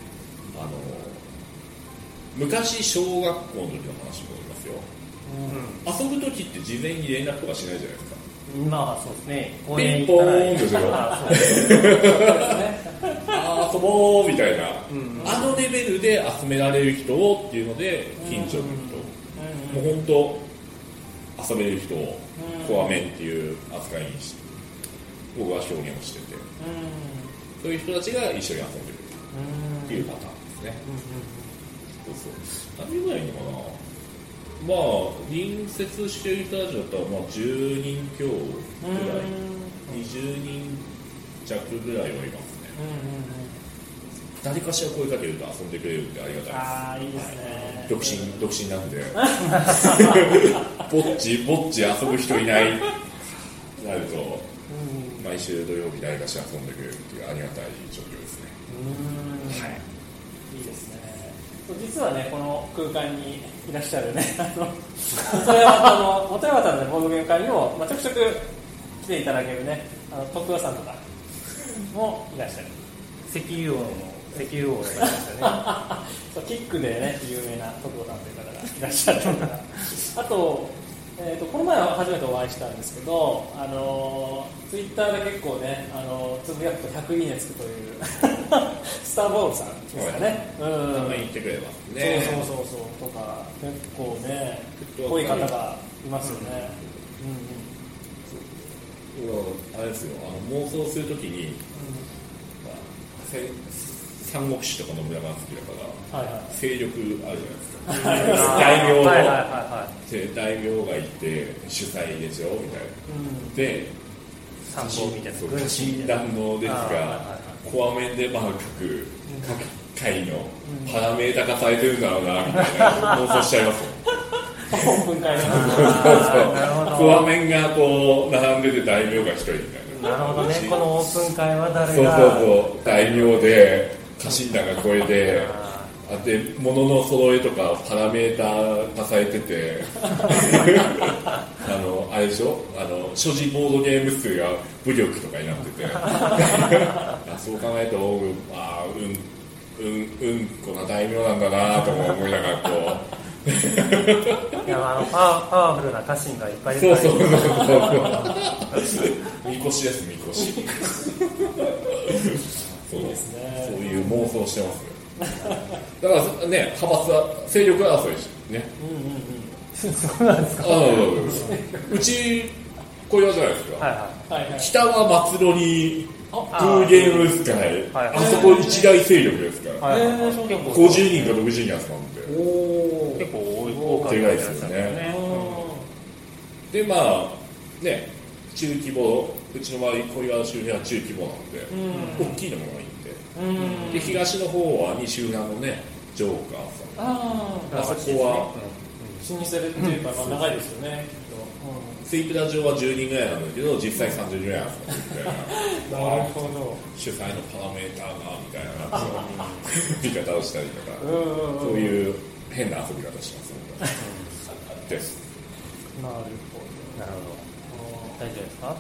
昔小学校の時の話もありますよ。遊ぶ時って事前に連絡とかしないじゃないですか。 まあそうですね。 ピンポーンですよ。遊ぼうみたいな、あのレベルで集められる人をっていうので近所の人、もう本当遊べる人をコアメンっていう扱いにして僕は表現をしてて、そういう人たちが一緒に遊んでるっていうパターンですね。何人ぐらいいるのかな。まあ隣接している人たちだったらまあ10人強ぐらい、20人弱ぐらいはいますね。誰かしら声かけると遊んでくれるってありがたいです。 ああいいですね。 独身なんでぼっち遊ぶ人いないなると、毎週土曜日誰かしら遊んでくれるっていうありがたい状況ですね。はい、 いいですね。実はねこの空間にいらっしゃるね元山田のボードゲーム会にも、ちょくちょく来ていただけるね徳川さんとかもいらっしゃる。 石油王がいましたねそうキックでね有名な徳川さんという方がいらっしゃるからあと、この前は初めてお会いしたんですけど、ツイッターで結構ねつぶやくと100いいねつくというスターボールさんですかね。 たまに言ってくれますね。 そうとか結構ね濃い方がいますよね。 あれですよ、妄想するときに、三国志とかの村が好きだから、勢力あるじゃないですか。大名がいて主催でしょみたいな。で、 参考みたいな家臣団のですが、コア面で各回のパラメータ化されてるんだろうなみたいな妄想しちゃいますよ。 オープン会のコア面がこう並んでて大名が一人みたいな。 なるほどね。このオープン会は誰がそう大名で家臣団がこれで物の揃えとかパラメーター化されててあれでしょ、所持ボードゲーム数が武力とかになっててそう考えるとうんこな大名なんだなとも思いながらこういやパワフルな家臣がいっぱいいるから。 みこしです、みこし。そうですね。そういう妄想してますよ。だからね、派閥は勢力争いですね。 そうなんですか。 うちこれはじゃないですか。北は松戸にプーゲームスカイ、あそこ一大勢力ですから。50人か60人集まって。 結構多かったですよね。でまあね、中規模、うちの周り小岩周辺は中規模なので、大きいのもいいんで、で東の方は西浦のねジョーカーさん、あそこは老舗でっていうか長いですよね。 スイープダ上は10人ぐらいなんだけど実際30人ぐらい集まってみたいな。 なるほど。 主催のパラメーターがみたいな見方をしたりとか、そういう変な遊び方しますです。 なるほど。大丈夫ですか。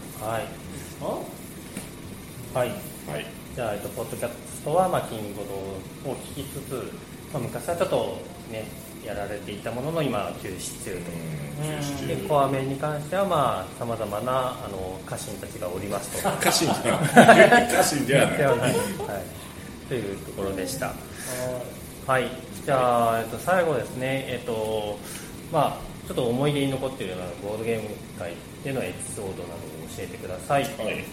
はい。じゃあポッドキャストはキングボードを聞きつつ、昔はちょっとねやられていたものの今休止中と。でコア面に関してはさまざまな家臣たちがおりますと。 家臣ではない。 というところでした。はい。じゃあ最後ですね。ちょっと思い出に残っているようなボードゲーム会でのエピソードなどを教えてください。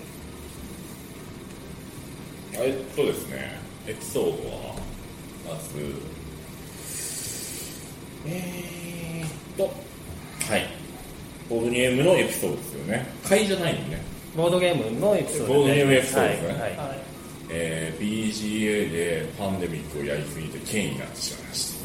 ですね。エピソードはまずボードゲームのエピソードですよね。会じゃないのね。 ボードゲームのエピソード。 ボードゲームエピソードですね。BGA でパンデミックをやりすぎて権威になってしまいました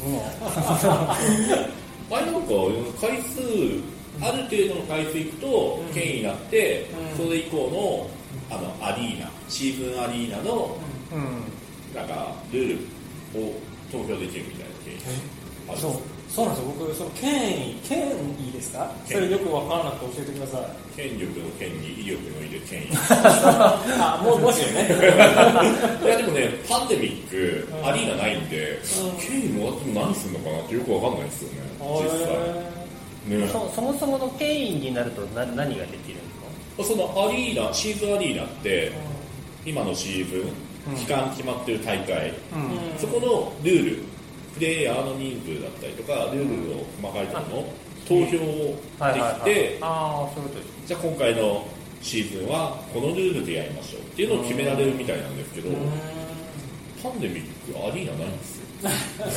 。あれなんか回数ある程度の回数いくと権威になって、それ以降のアリーナシーズンアリーナのなんかルールを投票できるみたいな権威ある。 そうなんですよ。僕その権威ですか？それよく分からなくて教えてください。 権力の権に威力の威で権威。 あ、もしよね。 いやでもね、パンデミック、アリーナないんで、権威もらっても何するのかなってよくわかんないですよね、実際。ね、 そもそもの権威になると何ができるんですか？ そのアリーナ、シーズンアリーナって、今のシーズン、期間決まってる大会、そこのルール、プレイヤーの人数だったりとか、ルールの細かいところの投票できて、じゃあ今回のシーズンはこのルールでやりましょうっていうのを決められるみたいなんですけど、パンデミックアリーナないんですよ。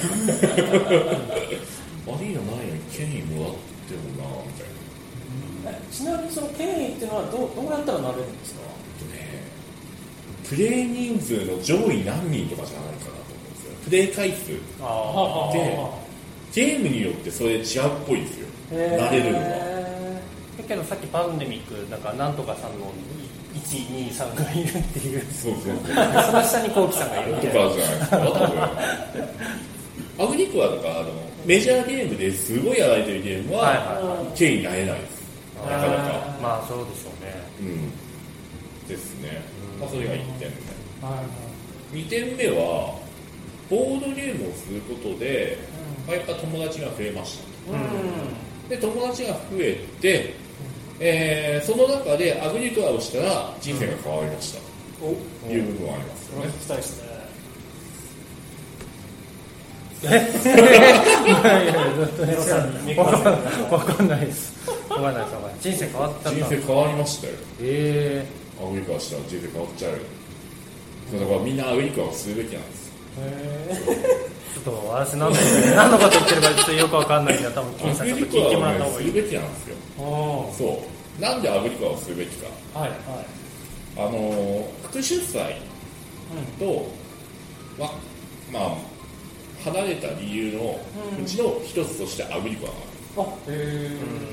アリーナないのに権威もらってもなみたいな。 ちなみにその権威っていうのはどうやったらなれるんですか？ プレイ人数の上位何人とかじゃないかなと思うんですよ。プレイ回数でゲームによってそれ違うっぽいですよ。なれるのは。 だけどさっきパンデミックなんとかさんの1、2、3がいるっていう。 そうその下にコウキさんがいるとかじゃないですか。多分アグリコアとかメジャーゲームですごいやられてるゲームは権威になれないです。なかなか。 まあそうでしょうね。 ですね。まあそれが1点目。2点目はボードゲームをすることで、やっぱ友達が増えました。で友達が増えて、その中でアグリコアをしたら人生が変わりましたという部分はありますよね。 聞きたいですね。 わかんないです。人生変わったんだ。 人生変わりましたよ。アグリコアしたら人生変わっちゃう。だからみんなアグリコアをするべきなんです。 ちょっと私何のこと言ってるかちょっとよくわかんないんで、多分金さんちょっと聞いてもらった方がいい。 するべきなんですよ。そう。なんでアグリコアをするべきか。副主催とは、まあ離れた理由のうちの一つとしてアグリコアがある。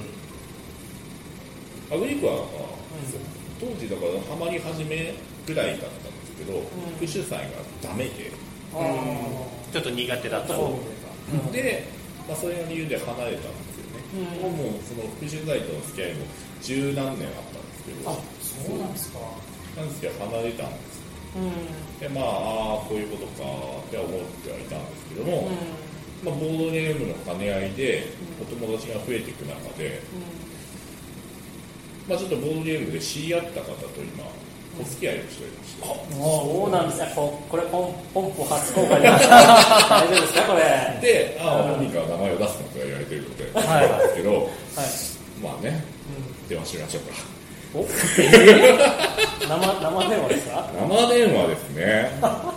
アグリコアが当時だからハマり始めぐらいだったんですけど、副主催がダメで、 ちょっと苦手だった。 で、それの理由で離れたんですよね。もうその副主催との付き合いも十何年あったんですけど、 そうなんですか。 なんですけど離れたんです。でこういうことかって思ってはいたんですけども、ボードゲームの兼ね合いでお友達が増えていく中で、ちょっとボードゲームで知り合った方と今お付き合いをしておりまして。 そうなんですね。これポンポ初公開で大丈夫ですかこれで、何か名前を出すのと言われているのでなんですけど、電話してみましょうか。 生電話ですか？ 生電話ですね。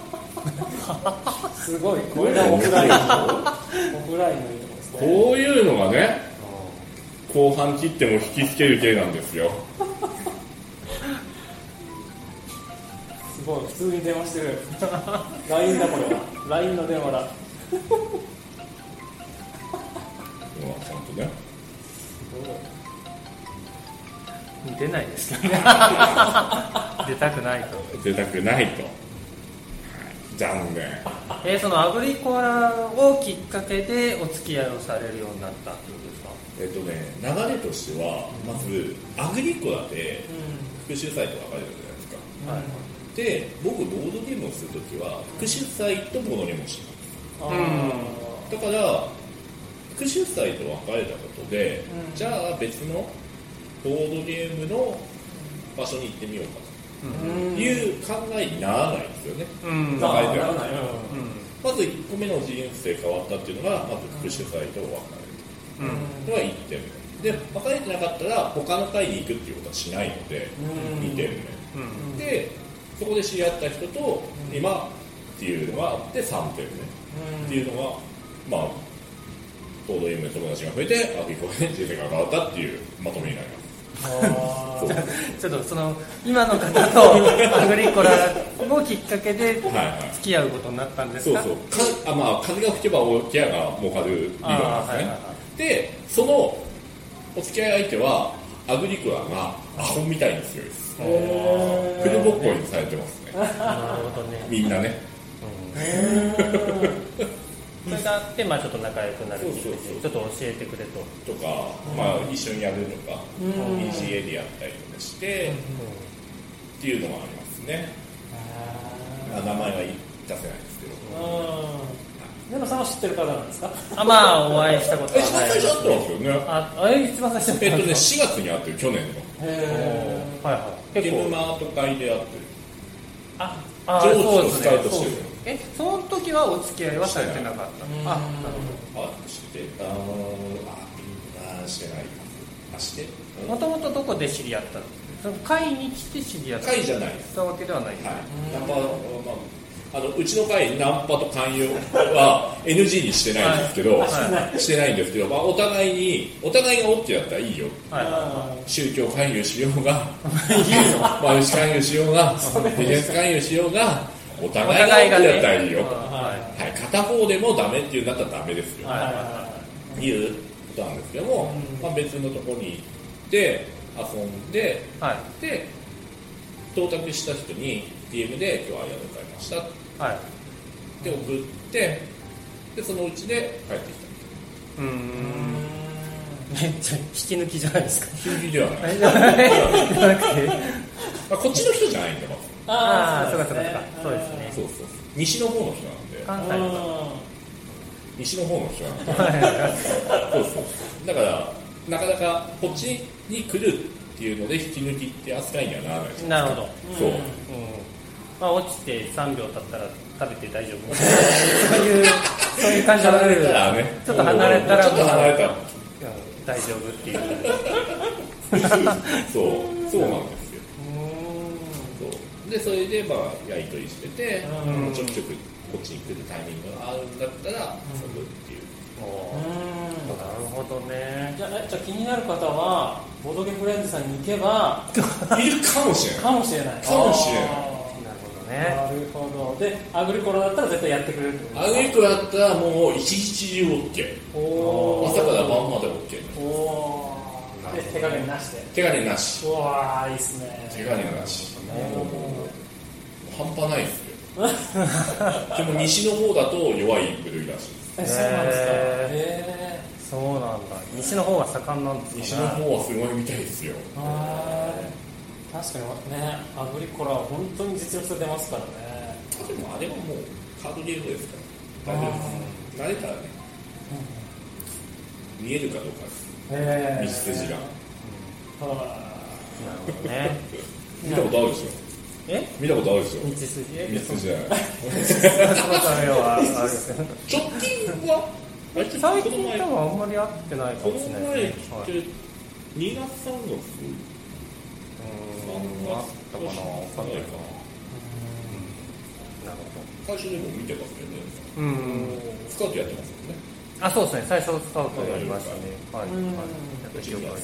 すごい。これがオフラインのいいとこですね。 こういうのがね、後半切っても引きつける系なんですよ。 すごい、普通に電話してる。LINE だこれは。LINE の電話だ。 ちゃんとね。 出ないですよね。出たくないと。 残念。 そのアグリコアをきっかけでお付き合いをされるようになったってことですか？ 流れとしてはまずアグリコアで副主催と分かれるじゃないですか。で、僕ボードゲームをするときは副主催とボードゲームをします。だから副主催と分かれたことで、じゃあ別のボードゲームの場所に行ってみようかという考えにならないんですよね。まず1個目の人生変わったっていうのがまず副主催と分かれるのが1点目で、分かれてなかったら他の会に行くっていうことはしないので2点目で、そこで知り合った人と今っていうのがあって3点目っていうのがボードゲームで友達が増えてアグリコアで人生が変わったっていうまとめになります。 ちょっとその今の方とアグリコラのきっかけで付き合うことになったんですか？ 風が吹けば桶屋が儲かる理論ですね。で、そのお付き合い相手はアグリコラがアホみたいに強いです。フルボッコにされてますね。 なるほどね。 みんなね。 それがあって、まあ、ちょっと仲良くなるっていうちょっと教えてくれとか、まあ、一緒にやるとか PGA でやったりとかして、っていうのがありますね。名前は出せないですけど。 根野さんは知ってる方なんですか？ まあお会いしたことは一番最初会ったんですよね。 一番最初 4月に会ってる、去年の。 はいはい。 ゲームマート会で会ってる。 そうですね。 スカウトしてる。 その時はお付き合いはされてなかった。なるほど。してた。してないか。して。 もともとどこで知り合ったの？その会に来て知り合った。 会じゃないです。 そういうわけではない。 うちの会ナンパと勧誘は NG にしてないんですけど、してないんですけど、お互いが OK だったらいいよ。宗教勧誘しようが、マルチ勧誘しようが、ビジネス勧誘しようが、お互いが OK だったらいいよ。片方でもダメっていうんだったらダメですよ。いうことなんですけども、別のところに行って遊んで、で到着した人に DM で今日はやる会ましたって送って、でそのうちで帰ってきた。 めっちゃ引き抜きじゃないですか。 引き抜きではないこっちの人じゃないんだもん。 そうかそうですね。 そう西の方の人なんで、 関西の西の方の人なんでだからなかなかこっちに来るっていうので引き抜きって扱いにはならないです。 なるほど。 そう、 落ちて3秒経ったら食べて大丈夫そういう感じのルールがちょっと離れたら大丈夫っていうそうなんですよ。でそれでやり取りしてて、ちょくちょくこっちに来るタイミングがあるんだったら遊ぶっていう。 なるほどね。 じゃあ気になる方はボードゲフレンズさんに行けばいるかもしれない。 かもしれない。 なるほど。でアグリコラだったら絶対やってくれるってことですか？ アグリコラだったらもう一日中 OK。朝から晩まで OK。 で手加減なしで。 手加減なし。 うわーいいっすね。 手加減なし。半端ないですよ。でも西の方だと弱い部類らしいです。 そうなんですか。 そうなんだ。西の方は盛んなんですね。 西の方はすごいみたいですよ。 確かにね、アグリコラは本当に実力が出ますからね。 でもあれはもうカードゲームですから大丈夫です。慣れたらね、見えるかどうかです。道筋が。 なるほどね。 見たことあるでしょ。見たことあるでしょ。 道筋じゃない。直近は最近多分あんまり会ってないかもしれないですね。 2月3月あったかな、分かんないかな。なるほど。最初でも見てますよね。スカウトやってますよね。 そうですね。最初スカウトやりましたね。やった記憶があります。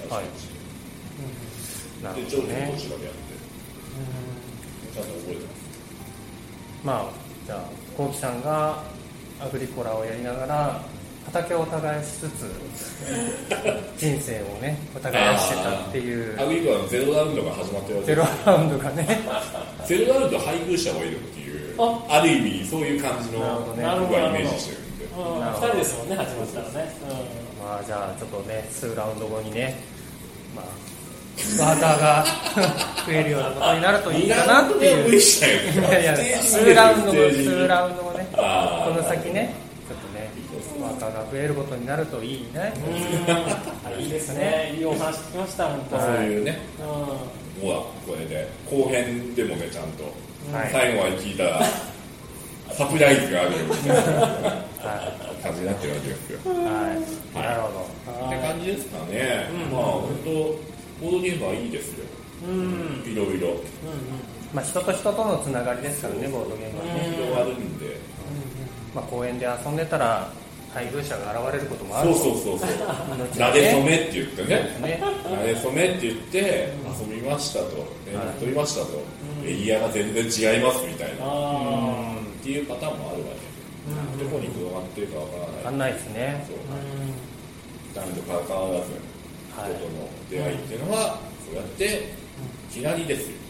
なるほどね。 で、上手にこちらでやって。ちゃんと覚えてます。 じゃあコウキさんがアグリコラをやりながら畑をお互いしつつ人生をねお互いしてたっていうアグリコラのゼロラウンドが始まってるわけゼロラウンドがねゼロラウンド配偶者もいるっていうある意味そういう感じの僕はイメージしてるんで 2人ですもんね始まったらね。 じゃあちょっとね数ラウンド後にねワーカーが増えるようなことになるといいかなっていう数ラウンド後ねこの先ねちょっとねワーカーが増えることになるといいね。 いいですね。いいお話聞きました本当。 そういうねほらこれで後編でもねちゃんと最後まで聞いたらサプライズがあるような感じになってるわけですよ。 なるほどって感じですかね。本当ボードゲームはいいですよ。いろいろ。 人と人とのつながりですからね、ボードゲームはね。 広がるんで。 公園で遊んでたら配偶者が現れることもある。 そう。なれそめって言ってね。なれそめって言って遊びましたと、取りましたと、エリアが全然違いますみたいなっていうパターンもあるわけで。どこに転がってるかわからない。 わかんないですね。 男女から変わらず。人との出会いっていうのはそうやってきなりですよ。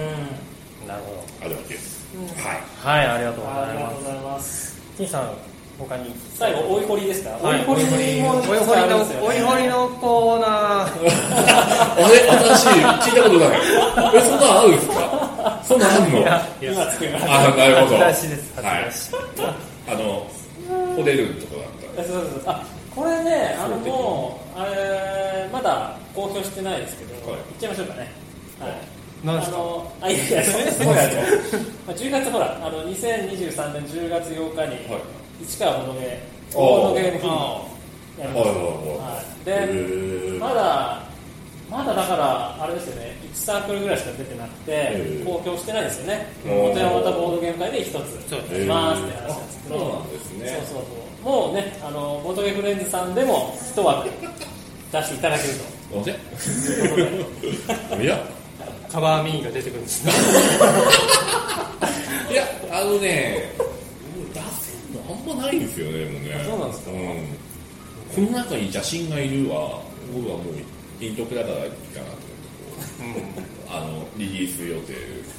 なるほど。 あるわけです。 はい、ありがとうございます。金さん他に最後追い掘りですか？ 追い掘りのコーナーあれ新しい聞いたことないそんなのあるんですか？そんなのあるの？ 今作りました。 なるほど。 新しいですはいホテルのとこだった。 そうこれねもうまだ公表してないですけど、言っちゃいましょうかね。はい。 何ですか？ いやすごい10月ほら2023年10月8日に市川ボードゲーム日やりました。でまだだからあれですよね、1サークルぐらいしか出てなくて公表してないですよね。元山田ボードゲーム会で一つしますって話なんですけど、 そうなんですね。 そうもうねボードゲームフレンズさんでも一枠出していただけると。 いやカバーミーが出てくるんですね。 いや出せるのあんまないんですよね。もうね。 そうなんですか。 この中に邪神がいるは僕はもうイントクだからいいかなと思ってリリース予定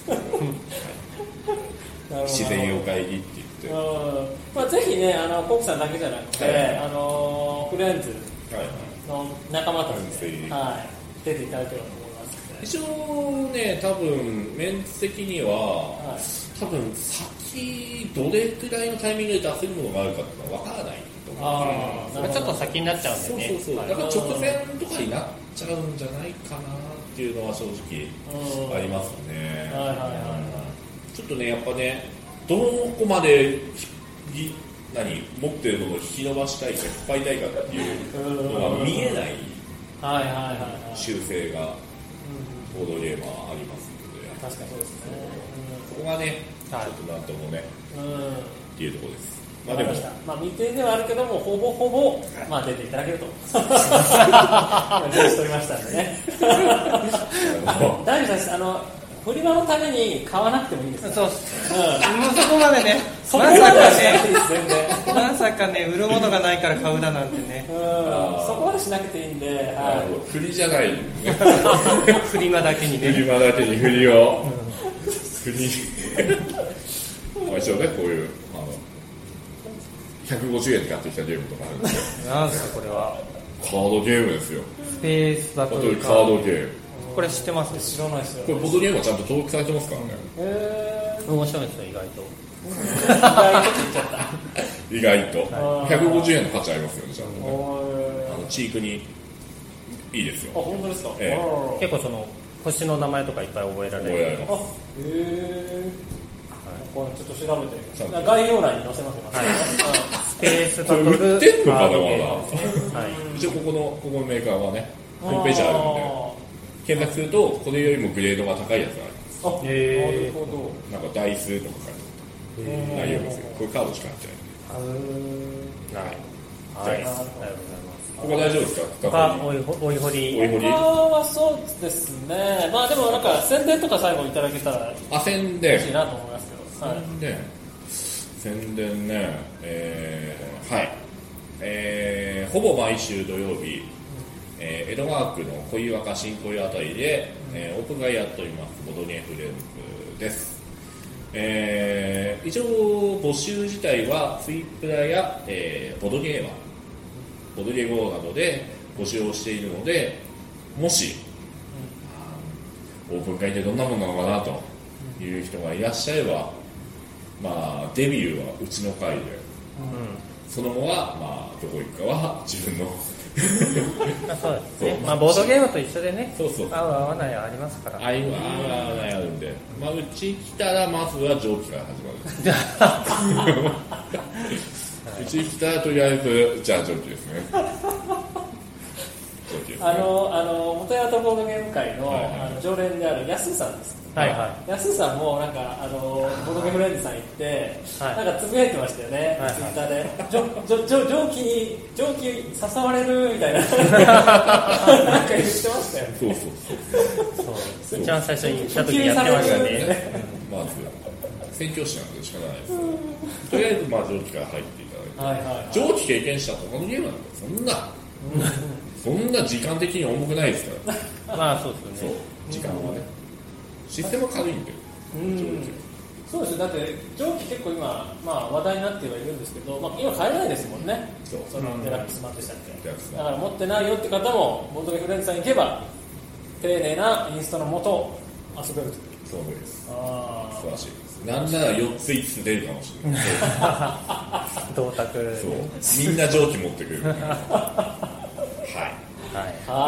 です。自然妖怪入りって言って。 ぜひねコクさんだけじゃなくて、フレンズの仲間たちで、出ていただければと思います。 一応ね、多分メンツ的には、多分先どれくらいのタイミングで出せるものがあるかっていうのは分からないと思う。 ちょっと先になっちゃうんでね。 そうだから直前とかになっちゃうんじゃないかなっていうのは正直ありますね。ちょっとねやっぱねどこまで持ってるものを引き伸ばしたいか引っ張りたいかっていうのが見えない修正がボードゲームはありますので、 確かにそうですね。 そこがねちょっとなんともねっていうところです。でも未定ではあるけどもほぼ出ていただけると準備しておりましたんでね。大丈夫です。フリマのために買わなくてもいいです。 そう、もうそこまでね。まさかね売るものがないから買うだなんてね。 そこまでしなくていいんで。 振りじゃない。 フリマだけにね。 フリマだけに振りを。一応ねこういう150円で買ってきたゲームとかあるんですよ。 なんですかこれは。 カードゲームですよ。 スペースバトルカードゲーム。 これ知ってます？ 知らないですよ。 これボードゲームはちゃんと登録されてますからね。 面白いですよ意外と。 意外と150円の価値ありますよねちゃんとね。チークにいいですよ。 本当ですか。 結構その星の名前とかいっぱい覚えられる。 ます。 これちょっと調べてみます。概要欄に載せますよ。 スペースバトル売ってんのかなまだ。一応ここのメーカーはねホームページあるんで検索するとこれよりもグレードが高いやつがあります。 なるほど。 なんか台数とか書いてある内容ですよ。これカードしか入ってない。はい。ここ大丈夫ですか？ おいほりはそうですね。でもなんか宣伝とか最後いただけたら宣伝嬉しいなと思いますけど。 宣伝ね、ほぼ毎週土曜日、江戸川区の小岩か新小岩あたりで、オープン会やっておりますボドゲフレンズです。一応募集自体はツイプラや、ボドゲーゴーなどで募集をしているので、もし、オープン会ってどんなものなのかなという人がいらっしゃれば、デビューはうちの会で、その後は、どこ行くかは自分のそうですね。ボードゲームと一緒でね、 そう合う合わないありますから。 合うないあるんで、うち来たらまずは蒸気から始まる。うち来たらとりあえずじゃあ蒸気ですね。 元山とボードゲーム会の、常連である安さんです。安さんもなんかボードゲームレンズさん行って、なんかつぶやいてましたよね、ツイッターで蒸気誘われるみたいななんか言ってましたよね。 そう一番最初に行った時にやってましたね。 まず宣教師なんで仕方ないです。とりあえず蒸気から入っていただいて、蒸気経験した他のゲームなんてそんな時間的に重くないですから。 そうですよね。 時間はね。システムは軽いんで、 そうですよ。だって蒸気結構今、話題になってはいるんですけど、今買えないですもんね。そのデラックス版でしたっけ。だから持ってないよって方もボードゲームフレンズさんに行けば丁寧なインストのもと遊べると。 そうです。素晴らしいです。なんなら4つ5つ出るかもしれない。 銅鐸。 そう。みんな蒸気持ってくる。はい。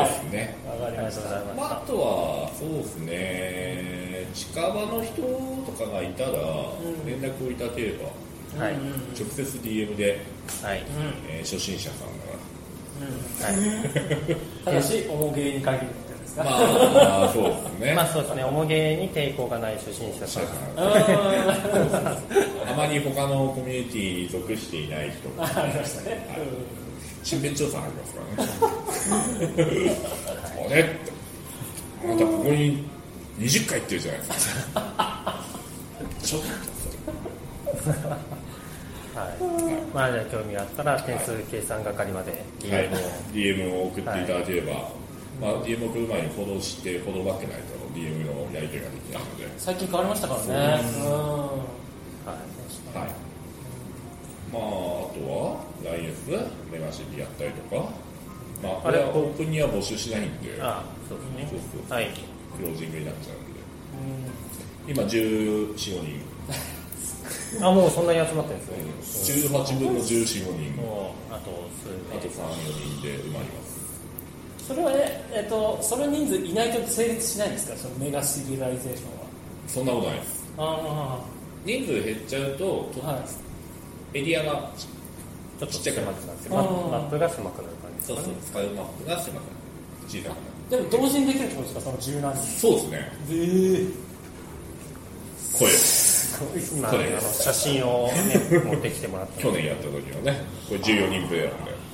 ですね。 わかりました。 あとはそうですね。近場の人とかがいたら連絡をいただければ、直接 DM で、初心者さんただし重げに限るってですか。 そうですね。 そうですね。重げに抵抗がない初心者さん。 あまり他のコミュニティに属していない人がありましたね。 身辺調査ありますからね。あれあなたここに20回行ってるじゃないですか。ちょっとじゃあ興味があったら点数計算係まで DM を送っていただければ、DM を送る前にフォローしてフォローバックないと DM のやり取りができないので。 最近変わりましたからね。 あとは来月メガシでやったりとか、これはオープンには募集しないんで、 そうですね。 クロージングになっちゃうんで、今14、15人。 もうそんなに集まってるんですね。 18分の14、15人。 あと 3、4人で埋まります。 それはその人数いないと成立しないんですか、そのメガシビライゼーションは。 そんなことないです。人数減っちゃうと、エリアがちょっとちっちゃくなってます。 マップが狭くなる感じ。 そう、使うマップが狭くなる。小さくなる。 でも同時にできるってことですか、その10何人。 そうですね。これ今写真を持ってきてもらった。 去年やった時はね、これ14人プレイなんで。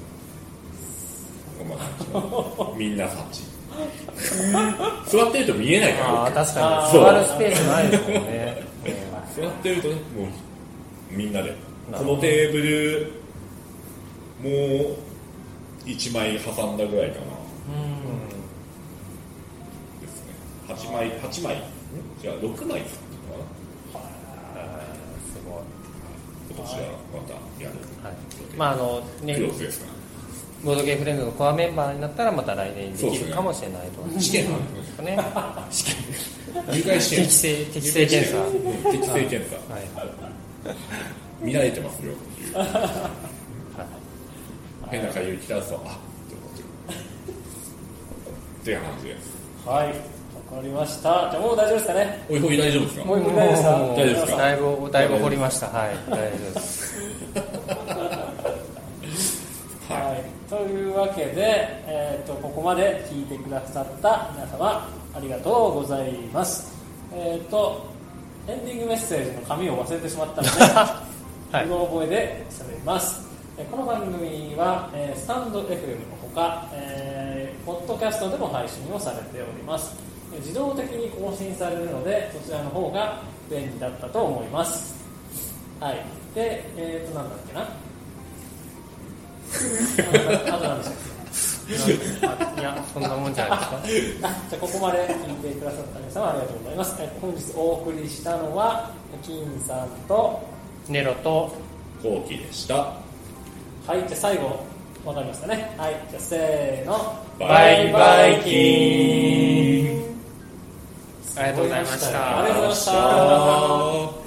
みんなサッチ。座ってると見えないから。 確かに座るスペースないですもんね。 座ってるとね、もうみんなでこのテーブルもう1枚挟んだぐらいかな。ですね。8枚じゃあ6枚ですか。 すごい。 今年はまたやる。 クロスですか。 ボードゲームフレンズのコアメンバーになったらまた来年できるかもしれないと。 試験なんですかね。入会試験。 適正検査。 適正検査。見られてますよっていう。変な会議来たらそう、って思ってる。っていう話です。 わかりました。じゃあもう大丈夫ですかね。 おい大丈夫ですか。 もう大丈夫ですか。 大丈夫ですか。 だいぶ掘りました。大丈夫です。 というわけで、ここまで聞いてくださった皆様ありがとうございます。エンディングメッセージの紙を忘れてしまったので、うろ覚えで喋ります。この番組は、スタンド FM のほか、ポッドキャストでも配信をされております。自動的に更新されるので、そちらの方が便利だったと思います。で、なんだっけな。あと何でしたっけ。 いや、そんなもんじゃないですか。 じゃあここまで聞いてくださった皆様ありがとうございます。本日お送りしたのは金さんとネロとコウキでした。 じゃあ最後わかりますかね。じゃあせーの、 バイバイキーン。 ありがとうございました。 ありがとうございました。